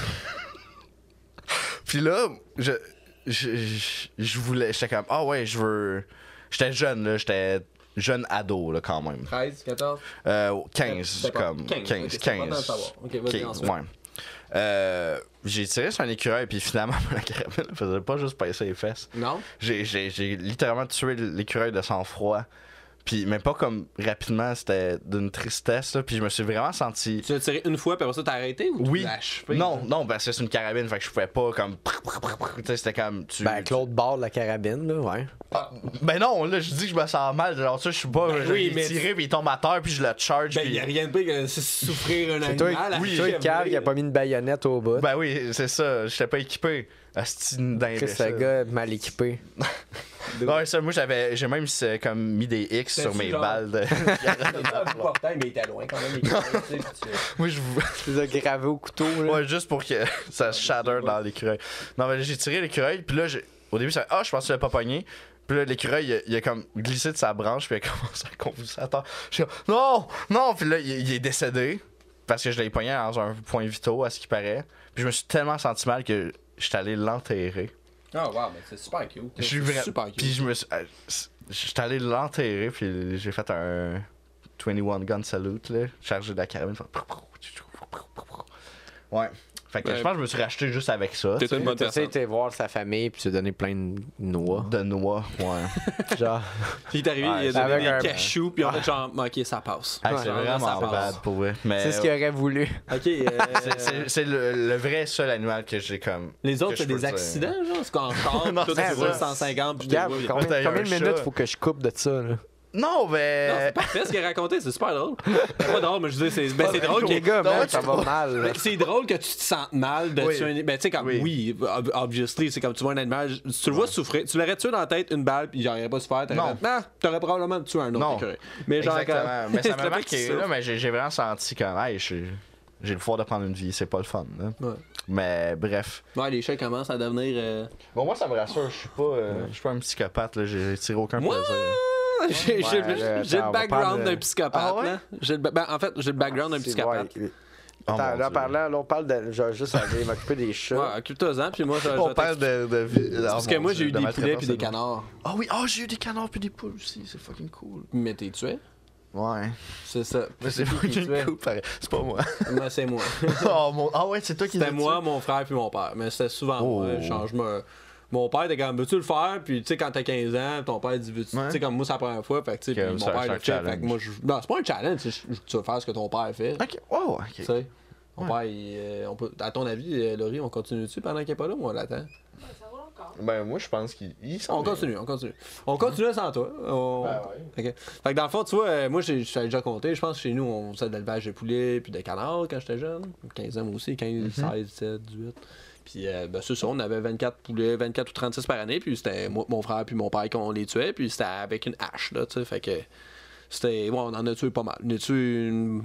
Puis là, je voulais, j'étais comme, je veux. J'étais jeune, là, j'étais jeune ado, là, quand même. 13, 14? 15, comme. 15. Ok, vas-y, ensuite. Ouais. J'ai tiré sur un écureuil, puis finalement, la carabine ne faisait pas juste pincer les fesses. Non? J'ai littéralement tué l'écureuil de sang-froid. Puis même pas comme rapidement, c'était d'une tristesse, là. Puis je me suis vraiment senti. Tu l'as tiré une fois, puis après ça, t'as arrêté ou Oui. tu l'as achevé? Non, parce que c'est une carabine, fait que je pouvais pas comme. Tu sais, c'était comme. Avec l'autre bord de la carabine, là, ouais. Ben non, là, je dis que je me sens mal. Genre, ça, je suis pas. oui, je mais l'ai tiré, puis il tombe à terre, puis je le charge. Ben, puis... y a rien de pire que souffrir un C'est toi, animal. oui, toi, Carl, qui a pas mis une baïonnette au bout. Ben oui, c'est ça. J'étais pas équipé. Asti Chris, le gars mal équipé. Ouais, ça, moi, j'ai même comme mis des X sur mes balles de. portail, mais il était loin quand même. Moi, je. Tu les as gravés au couteau, là. Ouais, juste pour que ça se shatter dans l'écureuil. Non, mais j'ai tiré l'écureuil, puis là, au début, je pense que je l'ai pas pogné. Puis là, l'écureuil, il a comme glissé de sa branche, puis il a commencé à convulser à terre. Je suis comme, non! Puis là, il est décédé, parce que je l'ai pogné dans un point vitaux, à ce qui paraît. Puis je me suis tellement senti mal que j'étais allé l'enterrer. Ah, wow, mais c'est super cute. Je suis super cute. Puis j'étais allé l'enterrer, puis j'ai fait un 21 gun salute, là, chargé de la carabine. Ouais. Fait que je pense que je me suis racheté juste avec ça. T'es une bonne Tu sais, personne. été voir sa famille, puis tu as donné plein de noix. De noix, ouais. Genre. Puis il est arrivé, Ouais, il a donné avec un- des cachous, puis on fait genre, ok, ça passe. Hey, c'est Ouais, vraiment ça passe. bad pour vrai. Mais C'est ce qu'il aurait voulu. Ok, c'est le vrai seul animal que j'ai comme. les autres, que c'est je peux des dire. accidents, genre? C'est qu'on char, Non, tout c'est tu roules ça. 150, puis je te Regarde, vois, il y a- combien, t'as eu combien un de chat. minutes faut que je coupe de ça, là? Non, Non, mais. c'est parfait ce qu'il a raconté, c'est super drôle. C'est pas drôle, mais je veux dire, c'est drôle Les que. gars, man, Ouais, ça va mal. là. Ben, c'est drôle que tu te sentes mal de Oui. tuer un. Ben, tu sais, comme, Oui. oui, obviously, c'est comme tu vois un animal, tu le vois souffrir, tu l'aurais tué dans la tête une balle, puis il aurait pas souffert, Non. t'aurais probablement tué un autre Non. écureuil. Mais genre, Exactement. comme- Mais ça le m'a fait marqué, qu'il là, mais j'ai vraiment senti comme, hey, j'ai le pouvoir de prendre une vie, c'est pas le fun, là. Ouais. Mais bref. Ouais, les chats commencent à devenir. Bon, moi, ça me rassure, je suis pas un psychopathe, là, j'ai tiré aucun Moi, plaisir. j'ai Ouais, le attends, on va background parler de- d'un psychopathe, Ah ouais? là. En fait, j'ai le background d'un C'est- psychopathe. ouais. Oh, Attends, mon là, Dieu. parlant, là, on parle de. Je vais juste aller m'occuper des chats. Ouais, occupe-toi-en, puis moi, je On vais parle de Parce que moi, j'ai eu des poulets puis des canards. Ah oui, j'ai eu des canards puis des poules aussi, c'est fucking cool. Mais t'es tué. Ouais. C'est ça. Mais c'est qui qui fucking tuait? cool, pareil. C'est pas moi. Moi, c'est moi. Ouais, c'est toi qui C'était l'as moi, tué. mon frère puis mon père. Mais c'était souvent Oh. moi. Mon père était comme, veux-tu le faire? Puis, tu sais, quand t'as 15 ans, ton père dit, veux-tu? Ouais. Tu sais, comme moi, c'est la première fois. Fait que, tu sais, Ok, puis ça, mon père c'est l'a un fait. challenge. Fait que moi, non, c'est pas un challenge. Tu vas faire ce que ton père fait. Ok, ok. Tu sais. Mon père, on peut... à ton avis, Laurie, on continue dessus pendant qu'il est pas là ou on l'attend? Ben, moi, je pense qu'il s'en On continue. On continue sans toi. Ben Ok. Fait que dans le fond, tu vois, moi, je t'avais déjà compté, je pense que chez nous, on faisait de l'élevage de poulets puis de canards quand j'étais jeune. 15 ans moi aussi, 15, 16, 17, 18. Puis, ben, c'est ça, on avait 24 poulets, 24 ou 36 par année, puis c'était moi, mon frère puis mon père qu'on les tuait, puis c'était avec une hache, là, tu sais. Fait que c'était. Bon, on en a tué pas mal. On a tué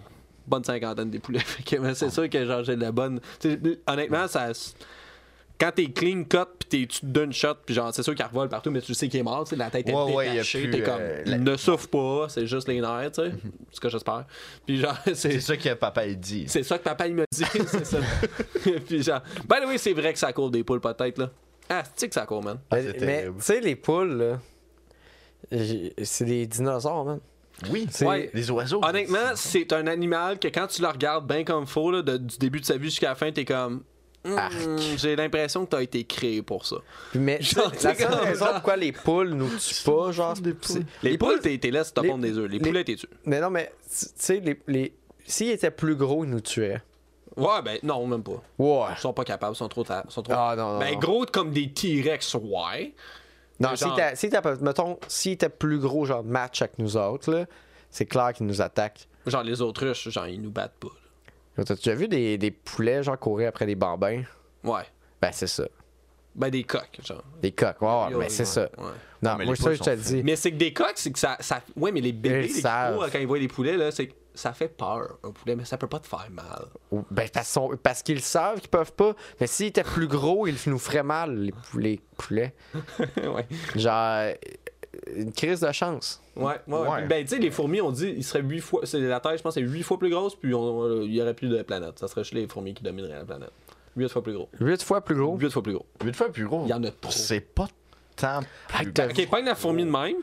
bonne cinquantaine des poulets. Fait que, mais c'est sûr que genre, j'ai de la bonne. T'sais, honnêtement, ça. Quand t'es clean cut pis tu te donnes shot pis genre c'est sûr qu'il revole partout mais tu sais qu'il est mort, la tête est détachée, t'es comme ne souffre pas, c'est juste les nerfs, tu sais. C'est ce que j'espère. Puis genre c'est ça que papa il dit. C'est ça que papa il m'a dit, c'est ça. Puis genre by the way, c'est vrai que ça court des poules peut-être là. Ah, c'est que ça court, man. Mais tu sais les poules là, c'est des dinosaures, man. Oui, ouais. Les oiseaux. Honnêtement, c'est un animal que quand tu le regardes bien comme faut là, du début de sa vie jusqu'à la fin, t'es comme j'ai l'impression que t'as été créé pour ça. Mais genre, la seule raison pourquoi les poules nous tuent pas, genre, les poules, t'es laisses te pondre des œufs. Les poulets, t'es tues. Mais non, mais tu sais, s'ils étaient plus gros, ils nous tueraient. Ouais, ben non, même pas. Ouais. Ils sont pas capables, ils sont trop. Ah non, non. Ben non. gros comme des T-Rex, ouais. Non, genre... mettons, s'ils étaient plus gros, genre, match avec nous autres, là, c'est clair qu'ils nous attaquent. Genre les autruches, genre, ils nous battent pas. T'as déjà vu des poulets, genre, courir après des bambins? Ouais. Ben, c'est ça. Ben des coqs, genre. Des coqs, ouais, mais c'est ça. Ouais. Non, mais moi, les ça, poules je te le dis. Mais c'est que des coqs, c'est que ça. Ouais, mais les bébés, Ils les savent. gros, quand ils voient les poulets, là, c'est que ça fait peur, un poulet, mais ça peut pas te faire mal. Ben, parce qu'ils savent qu'ils peuvent pas. Mais s'ils étaient plus gros, ils nous feraient mal, les poulets. Ouais. Genre, une crise de chance. Ouais. Ouais. Ben, tu sais, les fourmis, on dit, ils seraient 8 fois. C'est la Terre, je pense, c'est 8 fois plus grosse, puis il y aurait plus de planètes. Ça serait juste les fourmis qui domineraient la planète. 8 fois plus gros. 8 fois plus gros. 8 fois plus gros. 8 fois plus gros. Il y en a trop. C'est pas tant plus t'as- Ok, prends la fourmi de même.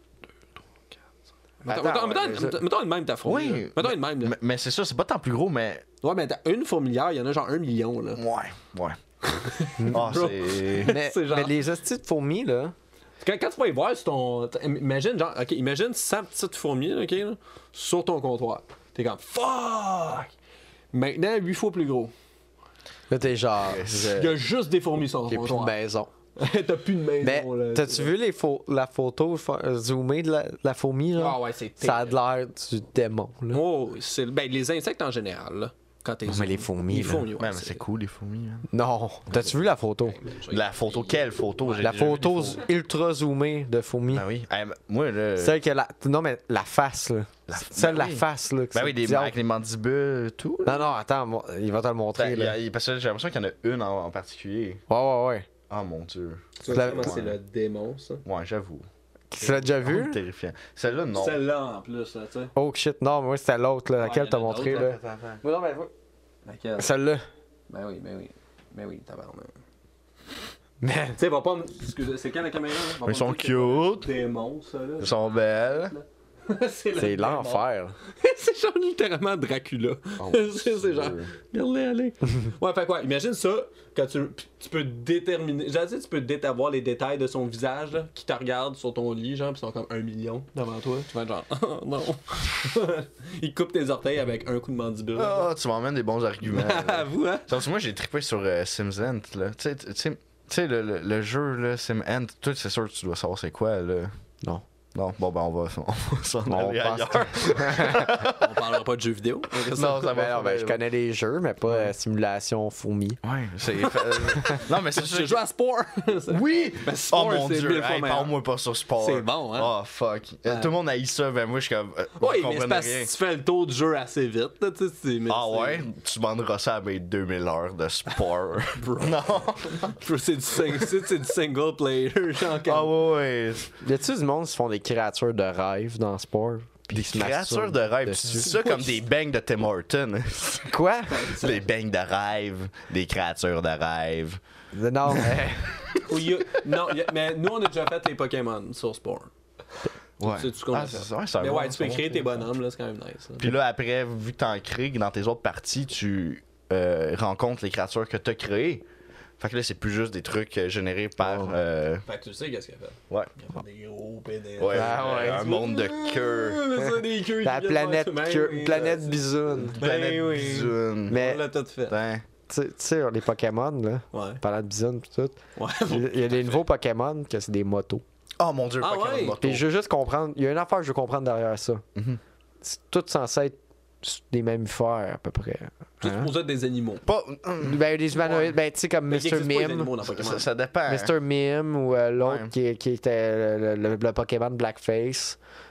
Attends, Mettons une même ta fourmi. Oui. Là. Mettons une même. Là. Mais c'est ça, c'est pas tant plus gros, mais. Ouais, mais t'as une fourmilière, il y en a genre 1 million. Là. Ouais. Ah, c'est. Mais, C'est genre- mais les hosties de fourmis, là. Quand tu vas y voir sur ton. Imagine, genre, ok, imagine 100 petites fourmis, ok, là, sur ton comptoir. T'es comme fuck! Maintenant, 8 fois plus gros. Là, t'es genre. Il y a juste des fourmis sur ton J'ai plus de comptoir. maison. T'as plus de maison. Mais là. t'as-tu vu la photo zoomée de la fourmi, là? Ah ouais, c'est Ça a terrible. l'air du démon, là. Oh, c'est. Ben, les insectes en général, là. Quand t'es. Non, mais les fourmis, Les là. fourmis, ouais. Ouais, mais c'est cool, les fourmis. Hein. Non. T'as-tu vu la photo? La photo, quelle photo? J'ai La déjà vu photo des photos. ultra zoomée de fourmis. Ben oui. Moi, là. Celle que la. Non, mais la face, là. Celle de ben la oui. face, là. que Ben c'est oui, bizarre. avec les mandibules, tout. là. Non, non, attends, il va te le montrer, là. Parce que j'ai l'impression qu'il y en a une en particulier. Ouais. Ah mon dieu. Tu l'as- c'est le démon, ça. Ouais, j'avoue. Tu l'as déjà vu? Terrifiant. Celle-là, non. Celle-là en plus, là, tu sais. Oh shit, non, mais moi c'était l'autre, là, laquelle il y t'as en a montré, d'autres, là. Non, mais. Laquelle? Celle-là. Ben oui, tabarnak. Mais. Tu sais, va pas me. Excusez, c'est quand la caméra? Là? Va pas Ils sont me dire que cute. c'est un démon, ça, là. Ils sont belles. C'est le C'est démon. l'enfer. C'est genre littéralement Dracula. Oh, c'est genre. Regardez, allez. Ouais, fait quoi? Imagine ça, quand tu peux déterminer. J'ai dit, tu peux avoir les détails de son visage, là, qui te regarde sur ton lit, genre, pis ils sont comme 1 million devant toi. Tu vas être genre, oh non. Il coupe tes orteils avec un coup de mandibule. Ah, tu m'emmènes des bons arguments. là. Avoue, hein? Parce que moi, j'ai trippé sur Sims Ant, là. Tu sais, le jeu, là, Sim Ant, toi, c'est sûr que tu dois savoir c'est quoi, là. Non. Non, bon, ben, on va s'en On aller passe. ailleurs. On parlera pas de jeux vidéo. Non, ça va. Ben, je connais les jeux, mais pas simulation fourmi. Ouais, c'est. non, mais c'est sûr. J'ai joué à sport. Oui! Ben, Oh sport, mon c'est dieu, 1000 fois hey, meilleur. parle-moi pas sur sport. C'est bon, hein? Oh fuck. Tout le monde haït ça, ben moi je suis comme. Oui, je mais c'est comprenais parce rien. que tu fais le tour du jeu assez vite. Là, tu sais, mais Ah c'est- ouais? Tu demanderas ça à mes 2000 heures de sport. non. C'est du single player. Genre, Ah ouais. Y a-tu du monde qui se font des créatures de rêve dans le sport? Puis Des qui se créatures masturbent de rêve. Tu dessus? dis ça comme des bangs de Tim Horton. Quoi? Des bangs de rêve. Des créatures de rêve. Non, mais. Non, mais nous, on a déjà fait les Pokémon sur sport. Ouais. C'est tout ce qu'on a Ah, fait. c'est ouais, c'est un Mais bon- ouais, tu c'est peux un créer bon tes truc. bonhommes, là, c'est quand même nice. Là. Puis là, après, vu que t'en crées, dans tes autres parties, tu rencontres les créatures que t'as créées. Fait que là, c'est plus juste des trucs générés par. Fait que tu sais qu'est-ce qu'il a fait. Ouais. Il a fait des gros pédés. Ouais, Ah ouais. un monde de queues. Ça, des queues La qui planète, viennent faire- planète Ben bisoune. Planète oui. bisoune. Mais, On l'a tout fait. Putain. tu sais, les Pokémon, là, Ouais. parlant de bisoune pis tout, Ouais. il y a des nouveaux Pokémon que c'est des motos. Oh mon dieu, Ah Pokémon ouais? moto. Puis je veux juste comprendre, il y a une affaire que je veux comprendre derrière ça. Mhm. C'est tout censé être des mammifères, à peu près. Tout Hein? pour être des animaux. Pas. Ben, des humanoïdes, ben, tu sais, comme Mais il Mr. existe pas les Mime. animaux dans Pokémon. Ça dépend. Mr. Mime ou l'autre Ouais. qui était le Pokémon Blackface.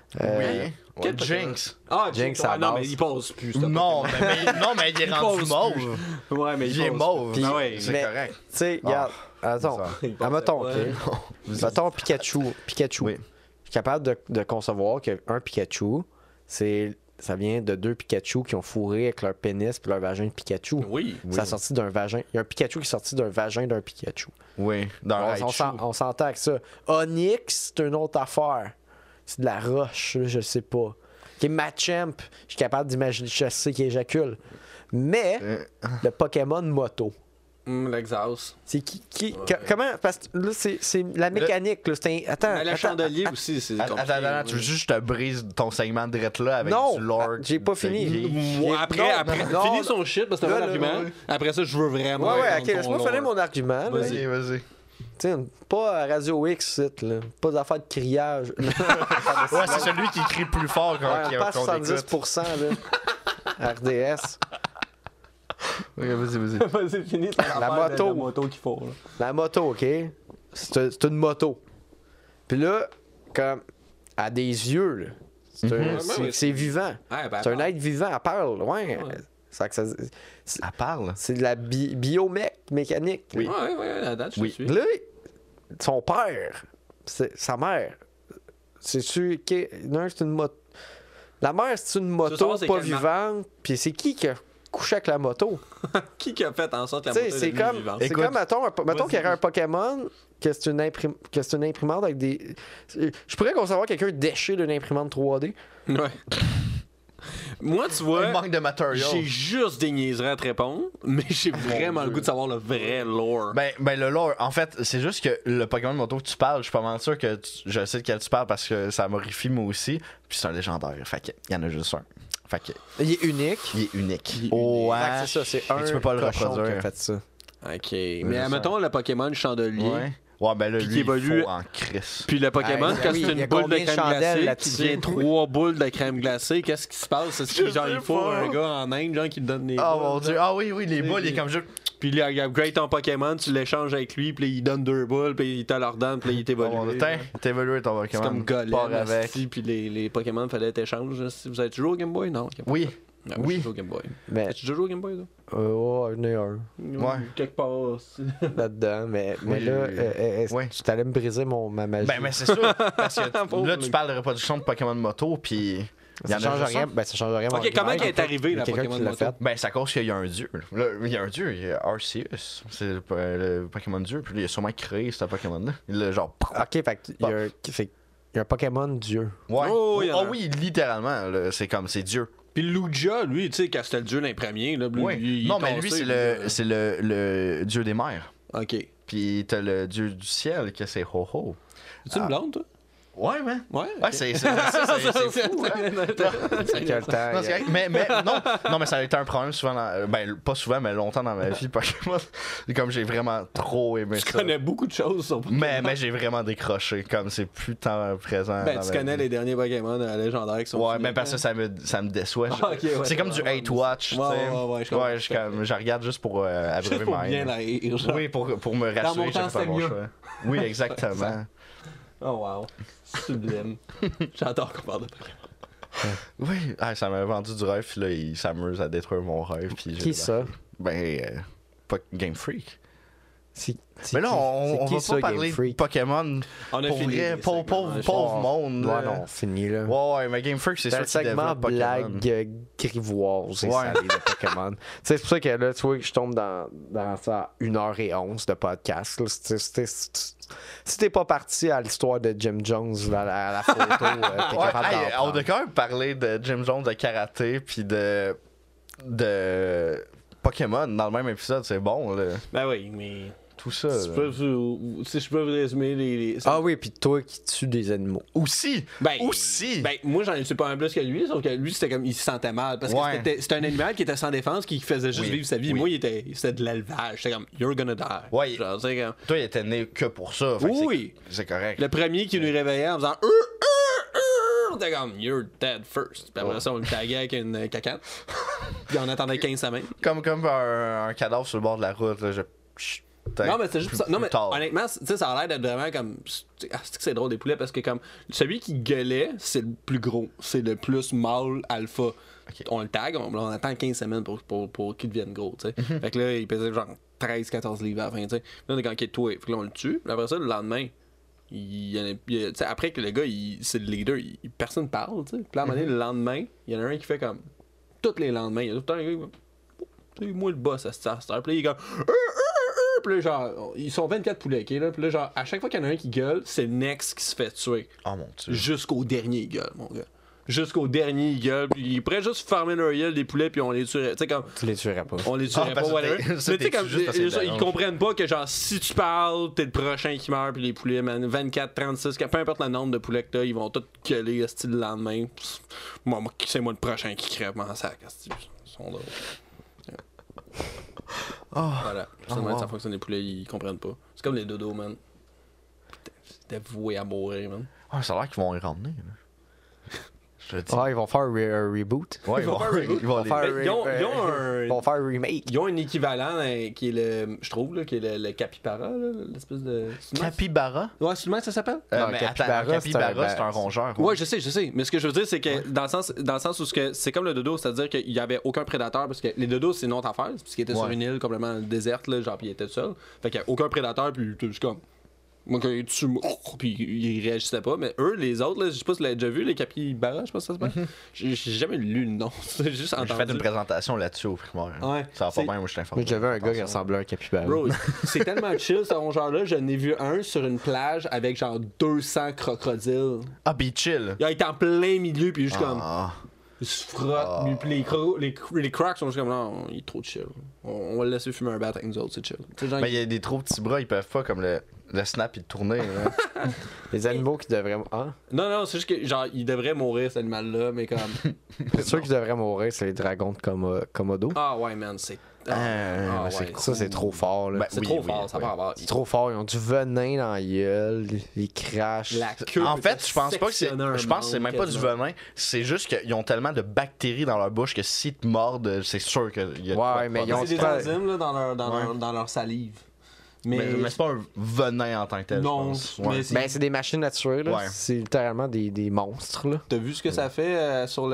Oui. Quel Ouais, Jinx. Ah, Jinx, ouais, à non, base. mais il passe plus. Non, mais il est rendu pose mauve. Ouais, mais Il est passe mauve. plus. Ah ouais, C'est mais- correct. Tu sais, regarde, attends, Il pensait admettons, pas. ok? Mettons Pikachu. Oui. Je suis capable de concevoir qu'un Pikachu, ça vient de 2 Pikachu qui ont fourré avec leur pénis puis leur vagin de Pikachu. Oui. Ça a sorti d'un vagin. Il y a un Pikachu qui est sorti d'un vagin d'un Pikachu. Oui, dans On Raichu. on s'entend avec ça. Onyx, c'est une autre affaire. C'est de la roche, là, je sais pas. Ok, Machamp, je suis capable d'imaginer, je sais qu'il éjacule. Mais le Pokémon moto, L'exhaust. c'est comment? Parce que là, c'est la mécanique. Là, attends. Mais le attends, chandelier attends. aussi, c'est Attends, compliqué. tu veux juste que je te brise ton segment de drette là avec Non, du lore? j'ai pas fini. Moi, après, Non, finis non. son shit parce que c'est un Là, bon là, argument. ouais. Après ça, je veux vraiment. Ouais, entendre ok, ton laisse-moi lore. finir mon argument. là. Vas-y, vas-y. Tu sais, pas à Radio X, site, là. Pas d'affaire de criage. Ouais, c'est celui qui crie plus fort quand Ouais, pas qu'on écoute. 70%, là. RDS. Ok, vas-y, vas-y. Vas-y, finis ton La affaire de moto. la moto qu'il faut. Là. La moto, OK? C'est une moto. Puis là, comme, elle a des yeux, là. C'est vivant. Ouais, ben, C'est un être vivant, elle parle. Ouais. Elle parle. C'est de la mécanique. Oui. Ouais, à date, je Oui. te suis. Là, son père, sa mère, c'est-tu. Non, c'est une moto. La mère, c'est une moto savoir c'est pas quelle marque? vivante. Puis c'est qui a couché avec la moto? Qui a fait en sorte que la Tu sais, moto est c'est devenue comme. vivante? C'est Écoute, comme, mettons qu'il y aurait vas-y. un Pokémon que c'est une imprimante avec des. Je pourrais concevoir quelqu'un déché d'une imprimante 3D. Ouais. Moi, tu vois, Il manque de matériel. j'ai juste des niaiseries à te répondre, mais j'ai vraiment le goût de savoir le vrai lore. Ben le lore, en fait, c'est juste que le Pokémon de moto que tu parles, je suis pas mal sûr que je sais de quel tu parles parce que ça m'horrifie moi aussi. Puis c'est un légendaire. Fait que, il y en a juste un. Fait que, Il est unique. il est unique. Il est Oh, Fait que ouais. c'est ça, c'est un tu peux pas le cochon reproduire. qui a fait ça. Ok. Mais admettons le Pokémon chandelier. Ouais. Ouais, ben là, Puis lui, qui il évolue- faut en crise. Puis le Pokémon, Ah, quand oui, c'est il y a une boule de combien de crème chandelles glacée qui là-dessus? devient 3 boules de crème glacée, qu'est-ce qui se passe? Est-ce que Je genre sais il faut pas. un gars en Inde genre qui te donne des Oh boules, mon genre? dieu. Ah oui, les boules, il est comme juste. Puis là, il upgrade ton Pokémon, tu l'échanges avec lui, puis là, il donne 2 boules, puis il te leur donne, puis là, il t'évolue. Oh, t'as évolué ton C'est Pokémon. comme Golem, Pars avec. asti, puis les Pokémon fallait t'échanger. Si vous avez joué au Game Boy? Non. Game Boy. Oui. Ouais, moi, Oui. j'ai joué au Game Boy. Mais, As-tu déjà joué au Game Boy, là? ouais, il y en a un Ouais. Quelque part. là-dedans. Mais Oui, là, ouais. tu t'allais me briser ma magie. Ben, mais c'est sûr. Parce que Pauvre là, mec. tu parles de reproduction de Pokémon de moto, puis. Il y en ça a change juste rien. un. Ben, ça change rien. mon Ok, comment argument. elle est arrivée, Il y a la quelqu'un Pokémon qui l'a moto? fait. Ben, c'est à cause qu'il y a un dieu. Là, il y a un dieu, il y a Arceus. C'est le Pokémon dieu. Puis là, il a sûrement créé ce Pokémon-là. Il a genre. Ok, fait que il y a un Pokémon dieu. Ouais. Oh, il y en a un. Oui, littéralement. Là, c'est comme, c'est Dieu. Puis Lugia, lui, tu sais, quand c'était le dieu d'un premier, là, lui, Oui. il Non, est mais lui, tassé, c'est le dieu des mers. Ok. Puis t'as le dieu du ciel, que c'est Ho-Ho. Es-tu une blonde, toi? Ouais, man. Ouais. Ouais, c'est fou, hein? C'est quel temps. Non, c'est correct. Mais non, mais ça a été un problème souvent ben pas souvent mais longtemps dans ma vie Pokémon. Comme j'ai vraiment trop aimé Tu ça. connais beaucoup de choses sur Pokémon. Mais j'ai vraiment décroché comme c'est plus tant présent. Ben, dans tu ma connais vie. les derniers Pokémon légendaires qui sont Ouais, sur mais le parce que temps. ça me déçoit. Ah, ok, ouais, C'est comme du ouais, hate watch, tu sais. Ouais, je comprends. je regarde juste pour Juste abreuver pour ma bien haine. la rire, genre. Oui, pour me rassurer, mon temps, j'ai pas c'était mon mieux. choix. Oui, exactement. Oh, wow. Sublime. J'adore qu'on parle de Pokémon. Oui, ça m'a vendu du rêve, puis là, il s'amuse à détruire mon rêve. Puis j'ai Qui ça? Ben, Game Freak. C'est Mais là, on qui va ça, pas Game parler de Freak? Pokémon On a pour fini. vrai, les segments, pauvre monde. Ouais, là. non, fini là. Ouais, mais Game Freak, c'est C'est sûr un qu'il segment développe Pokémon. blague grivoise et Ouais. salée de Pokémon. Tu sais, c'est pour ça que là, tu vois que je tombe dans ça 1h11 de podcast. Là. Si t'es pas parti à l'histoire de Jim Jones à la photo, t'es Ouais, capable hey, d'en on prendre. a quand même parlé de Jim Jones de karaté puis de Pokémon dans le même épisode, c'est bon là. Ben oui, mais. Tout ça. Si là. je peux vous résumer les. Ah oui, puis toi qui tues des animaux. Aussi. Ben, Aussi. Ben, moi, j'en ai tué pas un plus que lui, sauf que lui, c'était comme, il se sentait mal. Parce Ouais. que c'était un animal qui était sans défense, qui faisait juste Oui, vivre sa vie. oui. Moi, c'était de l'élevage. C'était comme, you're gonna die. Ouais. Genre, c'est comme. Toi, il était né que pour ça. fait que Oui. C'est correct. Le premier qui nous réveillait en faisant, c'était comme, you're dead first. Puis après ça, on le taguait avec une cacate. Puis on attendait 15 semaines. Comme un cadavre sur le bord de la route. Là, Non, mais c'est juste Plus- ça. Non, plus mais tard. honnêtement, tu sais, ça a l'air d'être vraiment comme. Ah, c'est que c'est drôle des poulets parce que, comme, celui qui gueulait, c'est le plus gros. C'est le plus mâle alpha. On le tag, on attend 15 semaines pour qu'il devienne gros, tu sais. Fait que là, il pesait genre 13-14 livres à la fin, tu sais. Là, on est quand il est toi. Fait que là, on le tue. Puis après ça, le lendemain, tu sais, après que le gars, c'est le leader, personne parle, tu sais. Puis là, à un moment donné, le lendemain, il y en a un qui fait comme. Tous les lendemains, il y a tout le temps un gars qui va, c'est moi le boss à cette heure. Puis là, il est comme. Puis là, genre, ils sont 24 poulets, ok? Là. Puis là, genre, à chaque fois qu'il y en a un qui gueule, c'est le next qui se fait tuer. Oh mon dieu. Jusqu'au dernier, il gueule, mon gars. Jusqu'au dernier, il gueule. Puis il est prêt juste farmer leur gueule des poulets, puis on les tuerait. Tu sais, comme. Tu les tuerais pas. On les tuerait parce pas, que whatever. t'es- Mais ça, tu sais, t'es comme. juste parce que Ils c'est comprennent pas que, genre, si tu parles, t'es le prochain qui meurt, puis les poulets, man, 24, 36, peu importe le nombre de poulets que t'as, ils vont tous gueuler, style le lendemain. Moi, c'est moi le prochain qui crève mon sac, style. Ils sont drôles. Voilà. Ça, wow. ça fonctionne, les poulets, ils comprennent pas. C'est comme les dodos, man. T'es voué à mourir, man. Ah, ça a l'air qu'ils vont y ramener. Là. Je te dis. Ah, ils vont faire un reboot. Ouais, ils vont faire un reboot. ils vont les- faire Ils ont un. Ils vont faire un remake. Ils ont un équivalent qui est le. Je trouve, là, qui est le capybara, là, l'espèce de. Capybara? Ouais, c'est le même que ça s'appelle? Non, mais capybara, attends, capybara, c'est c'est un un- rongeur. Ouais, je sais. Mais ce que je veux dire, c'est que dans le sens où c'est comme le dodo, c'est-à-dire qu'il y avait aucun prédateur, parce que les dodos, c'est une autre affaire, parce qu'ils étaient sur Ouais. une île complètement déserte, là, genre, puis ils étaient seuls. Fait qu'il y a aucun prédateur, puis t'es juste comme. Moi, quand il tue, puis ils réagissaient pas. Mais eux, les autres, là, je sais pas si vous l'avez déjà vu, les capybaras, je sais pas si ça se passe. J'ai jamais lu le nom. J'ai juste J'ai entendu. fait une présentation là-dessus au primaire. Ouais. Ça va C'est- pas bien, moi je Moi, t'informe. j'avais un gars qui ressemblait à un capybara. Bro, c'est tellement chill ce rongeur-là. J'en ai vu un sur une plage avec genre 200 crocodiles. Ah, be chill. Il était en plein milieu, puis juste comme. Ah. Il se frotte, puis les crocs sont juste comme non, il est trop chill. On va le laisser fumer un bat avec nous autres, c'est chill. Tu sais, genre, Mais il y a des trop petits bras, ils peuvent pas comme le snap et le tourner. Là. Les animaux qui devraient. Hein? Non, c'est juste que genre, il devrait mourir cet animal-là, mais comme. Ceux qui devraient mourir, c'est les dragons de Komodo. Ah ouais, man, c'est. Mais c'est ouais. cool. Ça, c'est trop fort. Là. Ben, C'est oui, trop oui, fort, ça oui. va avoir. C'est trop fort. Ils ont du venin dans la gueule. Ils crachent. La queue. En peut fait, je pense pas que c'est. sectionner un Je pense que c'est membre même pas du quasiment. venin. C'est juste qu'ils ont tellement de bactéries dans leur bouche que s'ils te mordent, c'est sûr qu'il y a. de quoi Ouais, de mais pas ils ont bien. C'est des pas- enzymes là, Ouais. dans leur salive. Mais c'est pas un venin en tant que tel. Non, je pense. mais Ouais. c'est- Ben, c'est des machines à tuer. Là. Ouais. C'est littéralement des monstres. Là. T'as vu ce que ça fait sur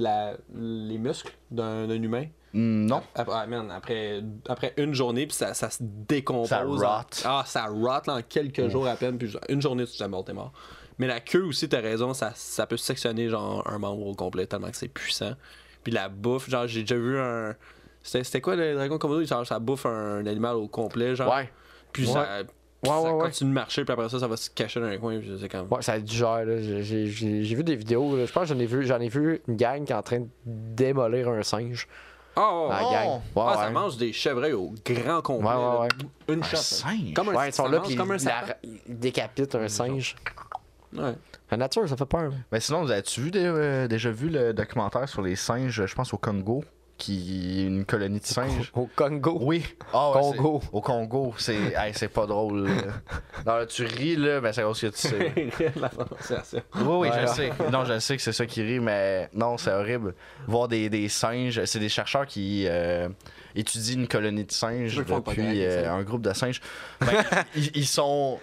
les muscles d'un humain? Non. Man, après une journée, puis ça se décompose. Ça rot. Ça rot là, en quelques jours à peine, puis une journée, tu t'es mort, t'es mort. Mais la queue aussi, t'as raison, ça peut sectionner genre un membre au complet tellement que c'est puissant. Puis la bouffe, genre j'ai déjà vu un. C'était quoi le dragon Komodo? Genre, ça bouffe un animal au complet, genre. Ouais. Puis Ouais. ça Ouais. continue de marcher, puis après ça va se cacher dans un coin, puis c'est comme. Ouais, ça digère. Là. J'ai vu des vidéos. Là. Je pense que j'en ai vu une gang qui est en train de démolir un singe. Oh! La Oh! gang. Ouais, Ça ouais. mange des chevreuils au grand complet. Ouais, là. ouais. Une Un shot. singe? Comme un Ouais, ils sont ça là, mange puis comme un ils serpent. ils décapitent un singe. Ouais. La nature, ça fait peur. Mais sinon, vous avez-tu déjà vu le documentaire sur les singes, je pense au Congo, qui est une colonie de singes? Au Congo. Oui. Ah ouais, Congo. Au Congo. C'est pas drôle. Là. Non, là, tu ris, là, mais c'est parce que tu sais. La prononciation. Oui, Ouais. je sais. Non, je sais que c'est ça qui rit, mais non, c'est horrible. Voir des singes, c'est des chercheurs qui étudient une colonie de singes Je veux faire le depuis podcast avec ça. un groupe de singes. Ben, ils sont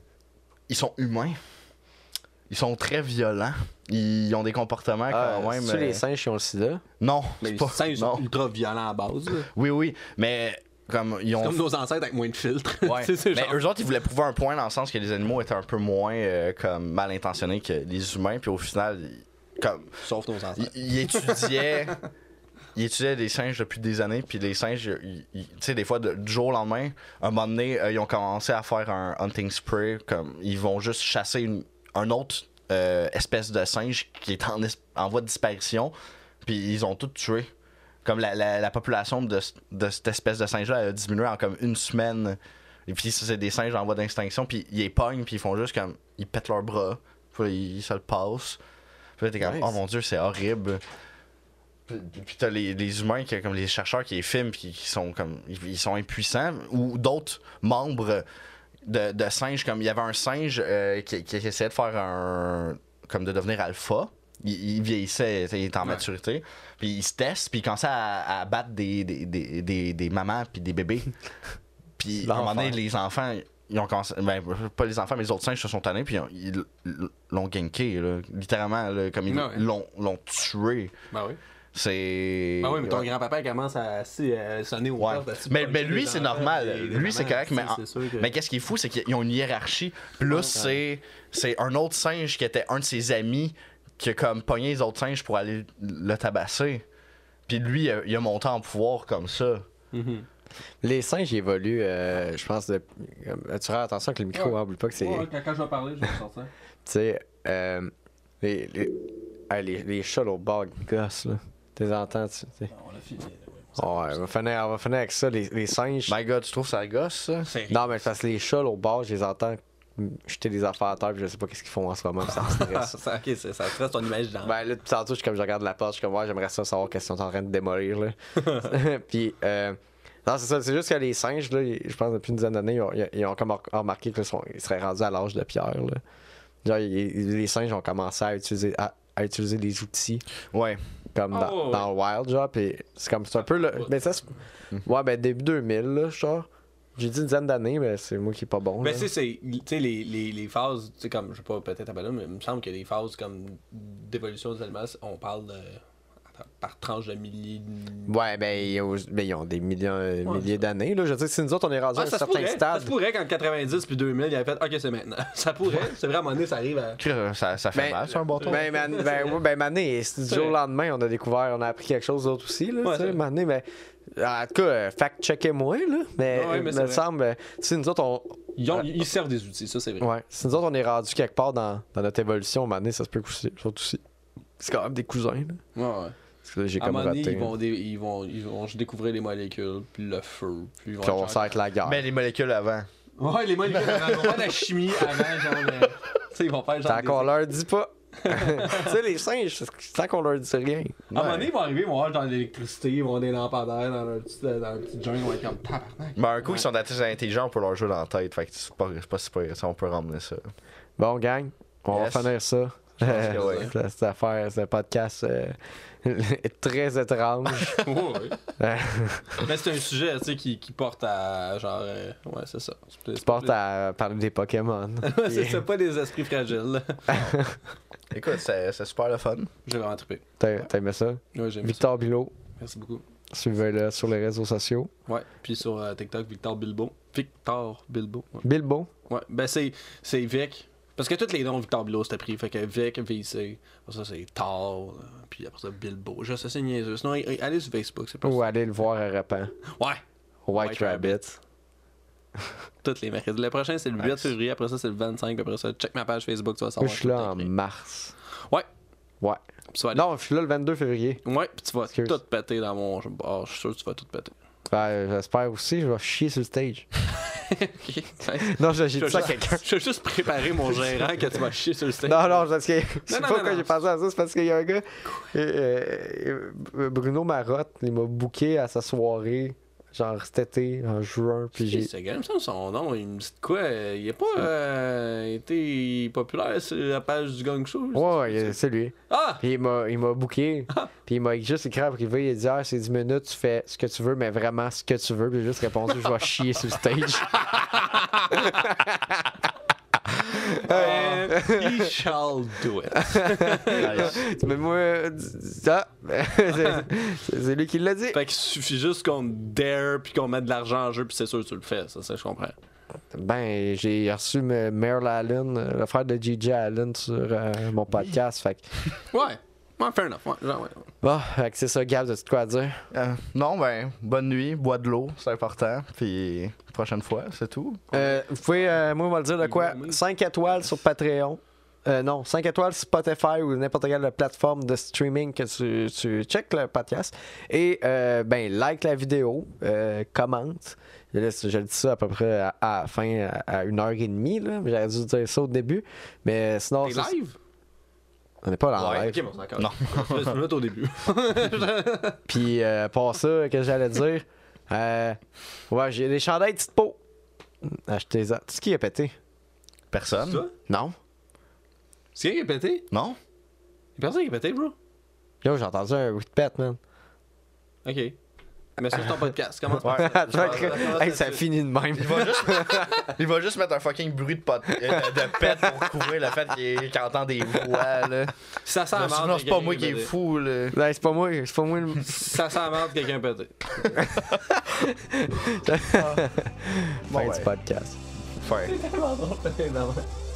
humains. Ils sont très violents. Ils ont des comportements quand même. C'est les singes qui ont le sida. Non, Mais c'est les pas. singes non. sont ultra violents à base. là. Oui, mais comme ils ont. Comme nos ancêtres avec moins de filtres. Ouais. Tu sais, c'est Mais genre- eux autres, ils voulaient prouver un point dans le sens que les animaux étaient un peu moins comme mal intentionnés que les humains, puis au final, comme Sauf nos ancêtres. ils étudiaient. Ils étudiaient des singes depuis des années, puis les singes, tu sais, des fois, du jour au lendemain, un moment donné, ils ont commencé à faire un hunting spray, comme ils vont juste chasser un autre espèce de singe qui est en voie de disparition, puis ils ont tout tué. Comme la population de cette espèce de singe-là a diminué en comme une semaine. Et puis ça, c'est des singes en voie d'extinction, puis ils les pognent, puis ils font juste comme. Ils pètent leurs bras, puis là, ils se le passent. Puis là, t'es comme, Nice. oh mon dieu, c'est horrible. Puis t'as les humains, comme les chercheurs qui les filment, puis qui sont comme. Ils sont impuissants, ou d'autres membres de singes, comme il y avait un singe qui essayait de faire comme de devenir alpha. Il vieillissait, il était en maturité. Puis il se teste, puis il commençait à battre des mamans puis des bébés. Puis à un moment donné, L'enfer. les enfants, ils ont commencé. Ben, pas les enfants, mais les autres singes se sont tannés, puis ils l'ont ganké, là. Littéralement, là, comme ils Ah ouais. l'ont tué. Ben oui. C'est. Ben oui, mais ton grand-papa commence à sonner au Ouais. portes, Mais lui, c'est normal. Lui, c'est correct, mais, mais qu'est-ce qui est fou, c'est qu'ils ont une hiérarchie. Puis là, c'est un autre singe qui était un de ses amis qui a comme pogné les autres singes pour aller le tabasser. Puis lui, il a monté en pouvoir comme ça. Les singes ils évoluent, je pense. Tu feras attention avec le micro, Ouais. hein, oublie pas que c'est. Quand je vais parler, je vais sortir. Tu sais, les chats au bord qui gossent, là. Tu les entends, tu sais. On l'a fini. Ouais, on va finir avec ça. Les singes. My God, tu trouves ça gosse, ça? Non, mais parce que les chats au bord, je les entends jeter des affaires à terre, puis je sais pas qu'est-ce qu'ils font en ce moment, puis ça me stresse. Ok, ça stresse ton image dans. Ben là, depuis tantôt, je regarde la porte, je suis comme, ouais, j'aimerais ça savoir qu'est-ce qu'ils sont en train de démolir, là. Puis, non, c'est ça, c'est juste que les singes, là, je pense depuis une dizaine d'années, ils ont comme remarqué qu'ils seraient rendus à l'âge de pierre, là. Genre, les singes ont commencé à utiliser des outils Ouais. comme dans le wild, genre, pis c'est un peu le. Mais ça, ouais, ben début 2000, là, genre. J'ai dit une dizaine d'années, mais c'est moi qui est pas bon. Ben, là. tu sais, les phases, tu sais, comme, je sais pas, peut-être à Ballon, mais il me semble que les phases comme d'évolution des animaux, on parle de. Par tranche de milliers. Ouais, ben, ils ont des milliers d'années, là. Je veux dire, si nous autres, on est rendu à un Ça se certain pourrait, stade. ça se pourrait qu'en 90 puis 2000, il avait fait OK, c'est maintenant. Ça pourrait, c'est vrai, à un moment donné, ça arrive à. Ça fait mal, c'est un bâton. Mané, du jour au lendemain, on a appris quelque chose d'autre aussi, là. Ouais, Tu sais, c'est Mané, mais. En tout cas, fact-checkez-moi, là. Mais, Ouais, mais il c'est me vrai. semble, si nous autres, Ils servent des outils, ça, c'est vrai. ouais, si nous autres, on est rendu quelque part dans notre évolution, Mané, ça se peut que aussi. C'est quand même des cousins, là. Ouais, ouais. Parce que là, j'ai À un comme moment donné, raté. ils vont découvrir les molécules, puis le feu, puis ils vont. Puis on va faire avec la guerre. Mais les molécules avant. Ouais, les molécules avant. Ils vont faire de la chimie avant, genre. Tu sais, ils vont faire genre. Tant qu'on leur dit pas. Tu sais, les singes, tant qu'on leur dit rien. À un moment donné, ils vont arriver, ils vont avoir genre de l'électricité, ils vont avoir des lampadaires dans leur petit jungle, ils vont être comme tabarnak. Ben, un coup, ils sont assez intelligents pour leur jouer dans la tête. Fait que c'est pas super. Ça, on peut ramener ça. Bon, gang, on Yes. va finir ça. que oui. Cette affaire, ce podcast très étrange. Ouais. Mais c'est un sujet, tu sais, qui porte à genre. Ouais, c'est ça. Tu portes à parler des Pokémon. C'est pas des esprits fragiles. Écoute, c'est super le fun. J'ai vraiment trippé. T'as aimé ça? Ouais, j'ai aimé ça. Victor Bilot, Merci beaucoup. suivez-le sur les réseaux sociaux. Ouais. Puis sur TikTok, Victor Bilbo. Victor Bilbo. Ouais, Bilbo. ouais. Ben c'est Vic. Parce que tous les noms Victor Bilbo c'était pris. Fait que Vic, VC. Après ça, c'est Thor. Puis après ça, Bilbo. Je sais, c'est niaiseux. Sinon, allez sur Facebook, c'est pas Ou allez le voir à Repent. Ouais. White Rabbit. Toutes les mercredis. Le prochain, c'est le 8 Nice. février. Après ça, c'est le 25. Puis après ça, check ma page Facebook, tu vas Moi, savoir. je suis là tout en écrit. mars. Ouais. Ouais. Puis tu vas aller- Non, je suis là le 22 février. Ouais, puis tu vas Excuse. tout péter dans mon. Oh, je suis sûr que tu vas tout péter. Ben, j'espère aussi, je vais chier sur le stage. Ok. Non, j'ai Je dit ça à vais quelqu'un. juste- je vais juste préparer mon gérant que tu vas chier sur le stage. Non, parce que. Je sais non, pas non, pourquoi non. j'ai pensé à ça, c'est parce qu'il y a un gars. Bruno Marotte, il m'a booké à sa soirée, genre cet été, en juin, puis j'ai. Ce gars, il me semble son nom, il me dit de quoi? Il a pas été populaire sur la page du Gang Show? Ouais, c'est lui. Ah! Puis il m'a booké, puis il m'a juste écrit en privé, il a dit ah, c'est 10 minutes, tu fais ce que tu veux, mais vraiment ce que tu veux. Puis j'ai juste répondu je vais chier sur le stage. He shall do it. Nice. Mais moi, ça, c'est lui qui l'a dit. Fait qu'il suffit juste qu'on dare puis qu'on mette de l'argent en jeu puis c'est sûr que tu le fais, ça je comprends. Ben, j'ai reçu Merle Allen, le frère de Gigi Allen, sur mon podcast. Fait que, Ouais, fair enough. Ouais, genre, ouais. bon, fait que c'est ça, Gab, as-tu quoi à dire? Non, ben, bonne nuit, bois de l'eau, c'est important. Puis, prochaine fois, c'est tout. Vous pouvez, moi, on va le dire de quoi? 5 étoiles sur Patreon. Non, 5 étoiles sur Spotify ou n'importe quelle plateforme de streaming que tu check le podcast. Et, ben, like la vidéo, commente. Et là, je le dis ça à peu près à la fin, à 1h30, là. J'aurais dû dire ça au début. Mais sinon. T'es ça, live? On n'est pas en Ouais, live. Ok, bon, c'est encore. Non. Je vais mettre au début. Puis, pour ça, qu'est-ce que j'allais dire? Ouais, j'ai des chandails petites peaux. Achetez-en. Tu sais qui a pété? Personne? Ça? Non? C'est qui a pété? Non? Y'a personne qui a pété, bro? Yo, j'ai entendu un oui de pète, man. Ok. Mais c'est ton podcast. Comment Ouais. Hey, ça finit de même. Il va juste mettre un fucking bruit de pète pour couvrir le fait qu'il entend des voix, là. Ça sent la Non, merde. c'est pas moi qui est fou, là. Non, c'est pas moi le... Ça sent la merde quelqu'un pété. Fin du podcast. Fin. C'est tellement drôle.